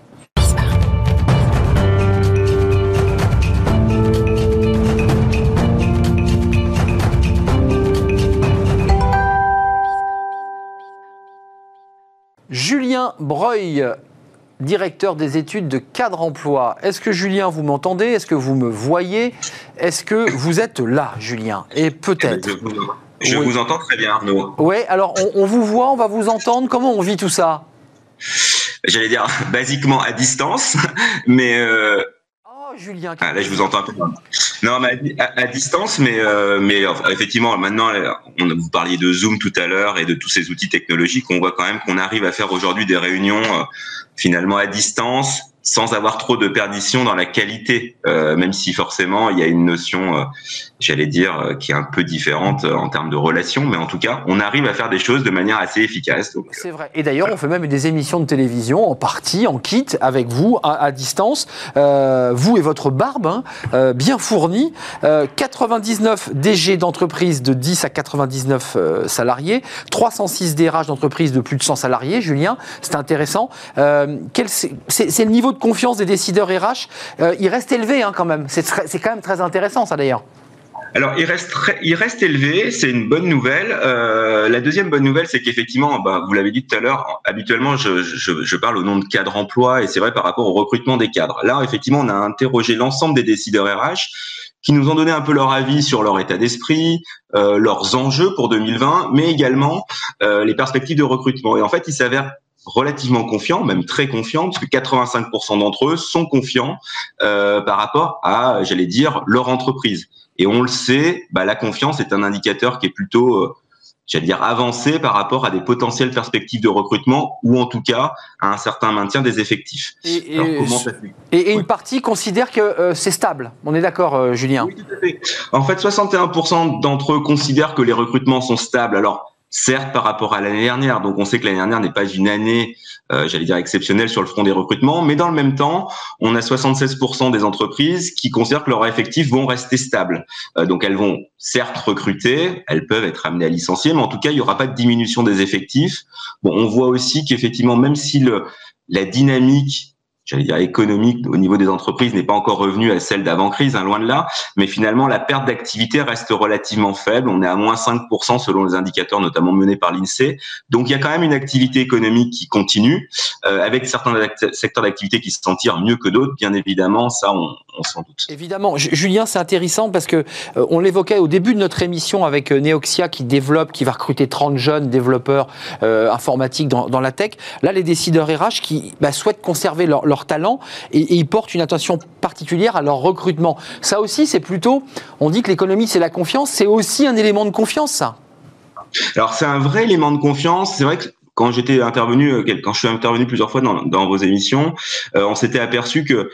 Julien Breuil, directeur des études de cadre emploi. Est-ce que Julien, vous m'entendez? Est-ce que vous me voyez? Est-ce que vous êtes là, Julien? Et peut-être. Je, vous, je oui. vous entends très bien, Arnaud. Oui, alors on, on vous voit, on va vous entendre. Comment on vit tout ça? J'allais dire basiquement à distance, mais... Euh... Oh, Julien. Ah, là, je vous entends un peu. Non, mais à, à distance, mais, euh, mais enfin, effectivement, maintenant, on, vous parliez de Zoom tout à l'heure et de tous ces outils technologiques. On voit quand même qu'on arrive à faire aujourd'hui des réunions euh, finalement à distance, sans avoir trop de perdition dans la qualité, euh, même si forcément il y a une notion, euh, j'allais dire, euh, qui est un peu différente euh, en termes de relations, mais en tout cas, on arrive à faire des choses de manière assez efficace. Donc, c'est vrai. Et d'ailleurs, voilà. On fait même des émissions de télévision en partie, en kit, avec vous, à, à distance, euh, vous et votre barbe, hein, euh, bien fournie, euh, quatre-vingt-dix-neuf D G d'entreprises de dix à quatre-vingt-dix-neuf euh, salariés, trois cent six D R H d'entreprises de plus de cent salariés, Julien, c'est intéressant. Euh, quel, c'est, c'est le niveau de confiance des décideurs R H, euh, il reste élevé hein, quand même. C'est, très, c'est quand même très intéressant ça d'ailleurs. Alors, il reste, très, il reste élevé, c'est une bonne nouvelle. Euh, la deuxième bonne nouvelle, c'est qu'effectivement, bah, vous l'avez dit tout à l'heure, habituellement, je, je, je parle au nom de cadre emploi et c'est vrai par rapport au recrutement des cadres. Là, effectivement, on a interrogé l'ensemble des décideurs R H qui nous ont donné un peu leur avis sur leur état d'esprit, euh, leurs enjeux pour deux mille vingt, mais également euh, les perspectives de recrutement. Et en fait, il s'avère relativement confiants, même très confiants, parce que quatre-vingt-cinq pour cent d'entre eux sont confiants euh, par rapport à, j'allais dire, leur entreprise. Et on le sait, bah, la confiance est un indicateur qui est plutôt, euh, j'allais dire, avancé par rapport à des potentielles perspectives de recrutement ou en tout cas à un certain maintien des effectifs. Et, Alors, et, comment ça fait et, et ouais. une partie considère que euh, c'est stable. On est d'accord, euh, Julien? Oui, tout à fait. En fait, soixante et un pour cent d'entre eux considèrent que les recrutements sont stables. Alors, certes, par rapport à l'année dernière, donc on sait que l'année dernière n'est pas une année, euh, j'allais dire exceptionnelle sur le front des recrutements, mais dans le même temps, on a soixante-seize pour cent des entreprises qui considèrent que leurs effectifs vont rester stables. Euh, donc elles vont certes recruter, elles peuvent être amenées à licencier, mais en tout cas, il n'y aura pas de diminution des effectifs. Bon, on voit aussi qu'effectivement, même si le, la dynamique j'allais dire économique au niveau des entreprises n'est pas encore revenue à celle d'avant-crise, hein, loin de là, mais finalement la perte d'activité reste relativement faible, on est à moins cinq pour cent selon les indicateurs notamment menés par l'INSEE, donc il y a quand même une activité économique qui continue, euh, avec certains act- secteurs d'activité qui se s'en tirent mieux que d'autres, bien évidemment, ça on, on s'en doute. Évidemment, Julien, c'est intéressant parce que euh, on l'évoquait au début de notre émission avec euh, Neoxia qui développe, qui va recruter trente jeunes développeurs euh, informatiques dans, dans la tech, là les décideurs R H qui bah, souhaitent conserver leur, leur talent et, et ils portent une attention particulière à leur recrutement. Ça aussi, c'est plutôt, on dit que l'économie, c'est la confiance, c'est aussi un élément de confiance, ça. Alors, c'est un vrai élément de confiance. C'est vrai que quand j'étais intervenu, quand je suis intervenu plusieurs fois dans, dans vos émissions, euh, on s'était aperçu que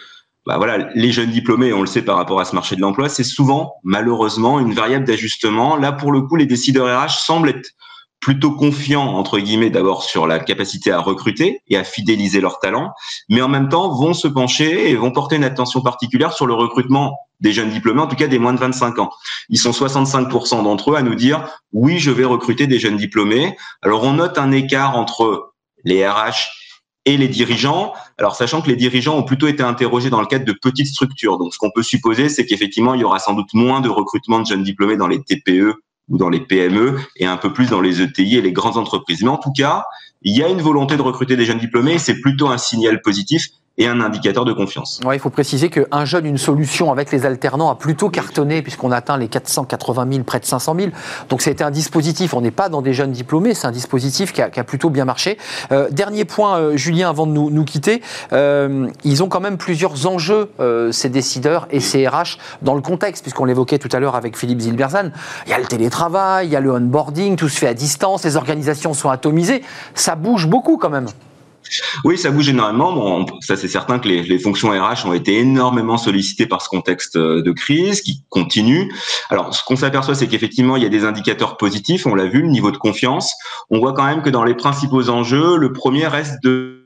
bah voilà, les jeunes diplômés, on le sait par rapport à ce marché de l'emploi, c'est souvent, malheureusement, une variable d'ajustement. Là, pour le coup, les décideurs R H semblent être plutôt confiants, entre guillemets, d'abord sur la capacité à recruter et à fidéliser leurs talents, mais en même temps vont se pencher et vont porter une attention particulière sur le recrutement des jeunes diplômés, en tout cas des moins de vingt-cinq ans. Ils sont soixante-cinq pour cent d'entre eux à nous dire « oui, je vais recruter des jeunes diplômés ». Alors, on note un écart entre les R H et les dirigeants, alors sachant que les dirigeants ont plutôt été interrogés dans le cadre de petites structures. Donc, ce qu'on peut supposer, c'est qu'effectivement, il y aura sans doute moins de recrutement de jeunes diplômés dans les T P E ou dans les P M E et un peu plus dans les E T I et les grandes entreprises. Mais en tout cas, il y a une volonté de recruter des jeunes diplômés et c'est plutôt un signal positif et un indicateur de confiance. Ouais, il faut préciser qu'un jeune, une solution avec les alternants a plutôt cartonné puisqu'on atteint les quatre cent quatre-vingt mille, près de cinq cent mille. Donc c'était un dispositif, on n'est pas dans des jeunes diplômés, c'est un dispositif qui a, qui a plutôt bien marché. Euh, dernier point, euh, Julien, avant de nous, nous quitter, euh, ils ont quand même plusieurs enjeux, euh, ces décideurs et ces R H, dans le contexte, puisqu'on l'évoquait tout à l'heure avec Philippe Zilberzan. Il y a le télétravail, il y a le onboarding, tout se fait à distance, les organisations sont atomisées, ça bouge beaucoup quand même. Oui, ça bouge énormément. Bon, ça, c'est certain que les, les fonctions R H ont été énormément sollicitées par ce contexte de crise qui continue. Alors, ce qu'on s'aperçoit, c'est qu'effectivement, il y a des indicateurs positifs. On l'a vu, le niveau de confiance. On voit quand même que dans les principaux enjeux, le premier reste de...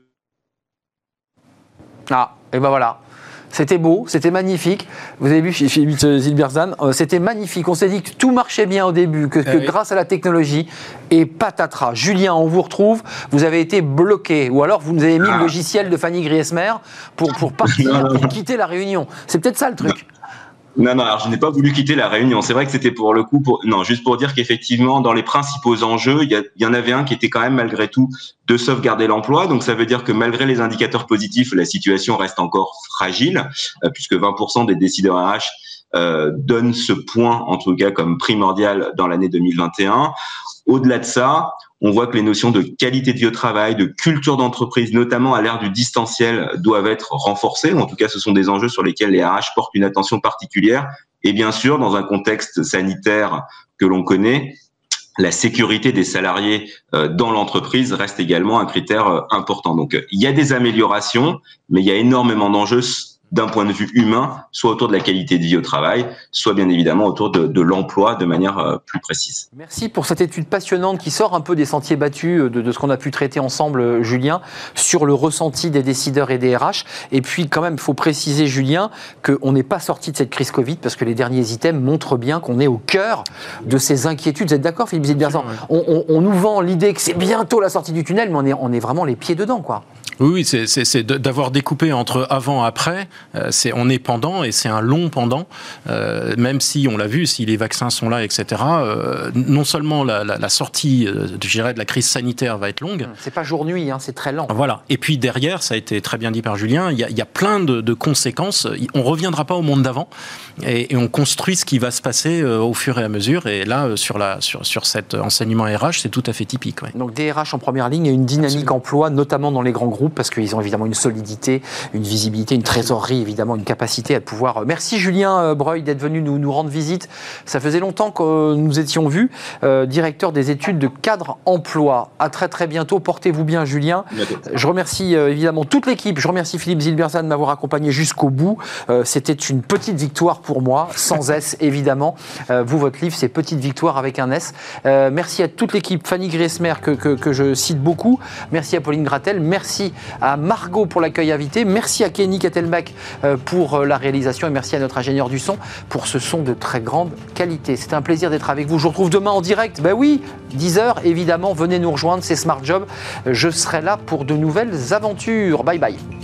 Ah, et ben voilà. C'était beau, c'était magnifique. Vous avez vu Philippe Zilberzan, euh, c'était magnifique. On s'est dit que tout marchait bien au début, que, que euh, oui. grâce à la technologie, et patatras. Julien, on vous retrouve, vous avez été bloqué, ou alors vous nous avez mis ah. le logiciel de Fanny Griesmer pour, pour partir, pour quitter la réunion. C'est peut-être ça le truc. Non, non, alors je n'ai pas voulu quitter la réunion. C'est vrai que c'était pour le coup, pour... non, juste pour dire qu'effectivement, dans les principaux enjeux, il y, a, il y en avait un qui était quand même malgré tout de sauvegarder l'emploi. Donc ça veut dire que malgré les indicateurs positifs, la situation reste encore fragile, euh, puisque vingt pour cent des décideurs R H euh, donnent ce point, en tout cas, comme primordial dans l'année deux mille vingt et un. Au-delà de ça, on voit que les notions de qualité de vie au travail, de culture d'entreprise, notamment à l'ère du distanciel, doivent être renforcées. En tout cas, ce sont des enjeux sur lesquels les R H portent une attention particulière. Et bien sûr, dans un contexte sanitaire que l'on connaît, la sécurité des salariés dans l'entreprise reste également un critère important. Donc, il y a des améliorations, mais il y a énormément d'enjeux d'un point de vue humain, soit autour de la qualité de vie au travail, soit bien évidemment autour de, de l'emploi de manière euh, plus précise. Merci pour cette étude passionnante qui sort un peu des sentiers battus de, de ce qu'on a pu traiter ensemble, Julien, sur le ressenti des décideurs et des R H. Et puis quand même, il faut préciser, Julien, qu'on n'est pas sorti de cette crise Covid parce que les derniers items montrent bien qu'on est au cœur de ces inquiétudes. Vous êtes d'accord, Philippe Zilberzan ? on, on, on nous vend l'idée que c'est bientôt la sortie du tunnel, mais on est, on est vraiment les pieds dedans, quoi. Oui, c'est, c'est, c'est d'avoir découpé entre avant et après. Euh, c'est, on est pendant et c'est un long pendant. Euh, même si, on l'a vu, si les vaccins sont là, et cetera. Euh, non seulement la, la, la sortie, euh, je dirais, de la crise sanitaire va être longue. C'est pas jour-nuit, hein, c'est très lent. Voilà. Et puis derrière, ça a été très bien dit par Julien, il y a, il y a plein de, de conséquences. On reviendra pas au monde d'avant et, et on construit ce qui va se passer euh, au fur et à mesure. Et là, euh, sur, la, sur, sur cet enseignement R H, c'est tout à fait typique. Ouais. Donc des R H en première ligne et une dynamique Absolument. Emploi, notamment dans les grands groupes, parce qu'ils ont évidemment une solidité, une visibilité, une trésorerie, évidemment, une capacité à pouvoir... Merci Julien Breuil d'être venu nous, nous rendre visite. Ça faisait longtemps que nous étions vus. Euh, directeur des études de cadre emploi. À très très bientôt. Portez-vous bien, Julien. Je remercie euh, évidemment toute l'équipe. Je remercie Philippe Zilberzan de m'avoir accompagné jusqu'au bout. Euh, c'était une petite victoire pour moi, sans S évidemment. Euh, vous, votre livre, c'est Petite victoire avec un S. Euh, merci à toute l'équipe. Fanny Griesmer, que, que, que je cite beaucoup. Merci à Pauline Gratel. Merci à Margot pour l'accueil invité. Merci à Kenny Kettelbach pour la réalisation et merci à notre ingénieur du son pour ce son de très grande qualité. C'était un plaisir d'être avec vous. Je vous retrouve demain en direct. Ben oui, dix heures évidemment. Venez nous rejoindre, c'est Smart Job. Je serai là pour de nouvelles aventures. Bye bye.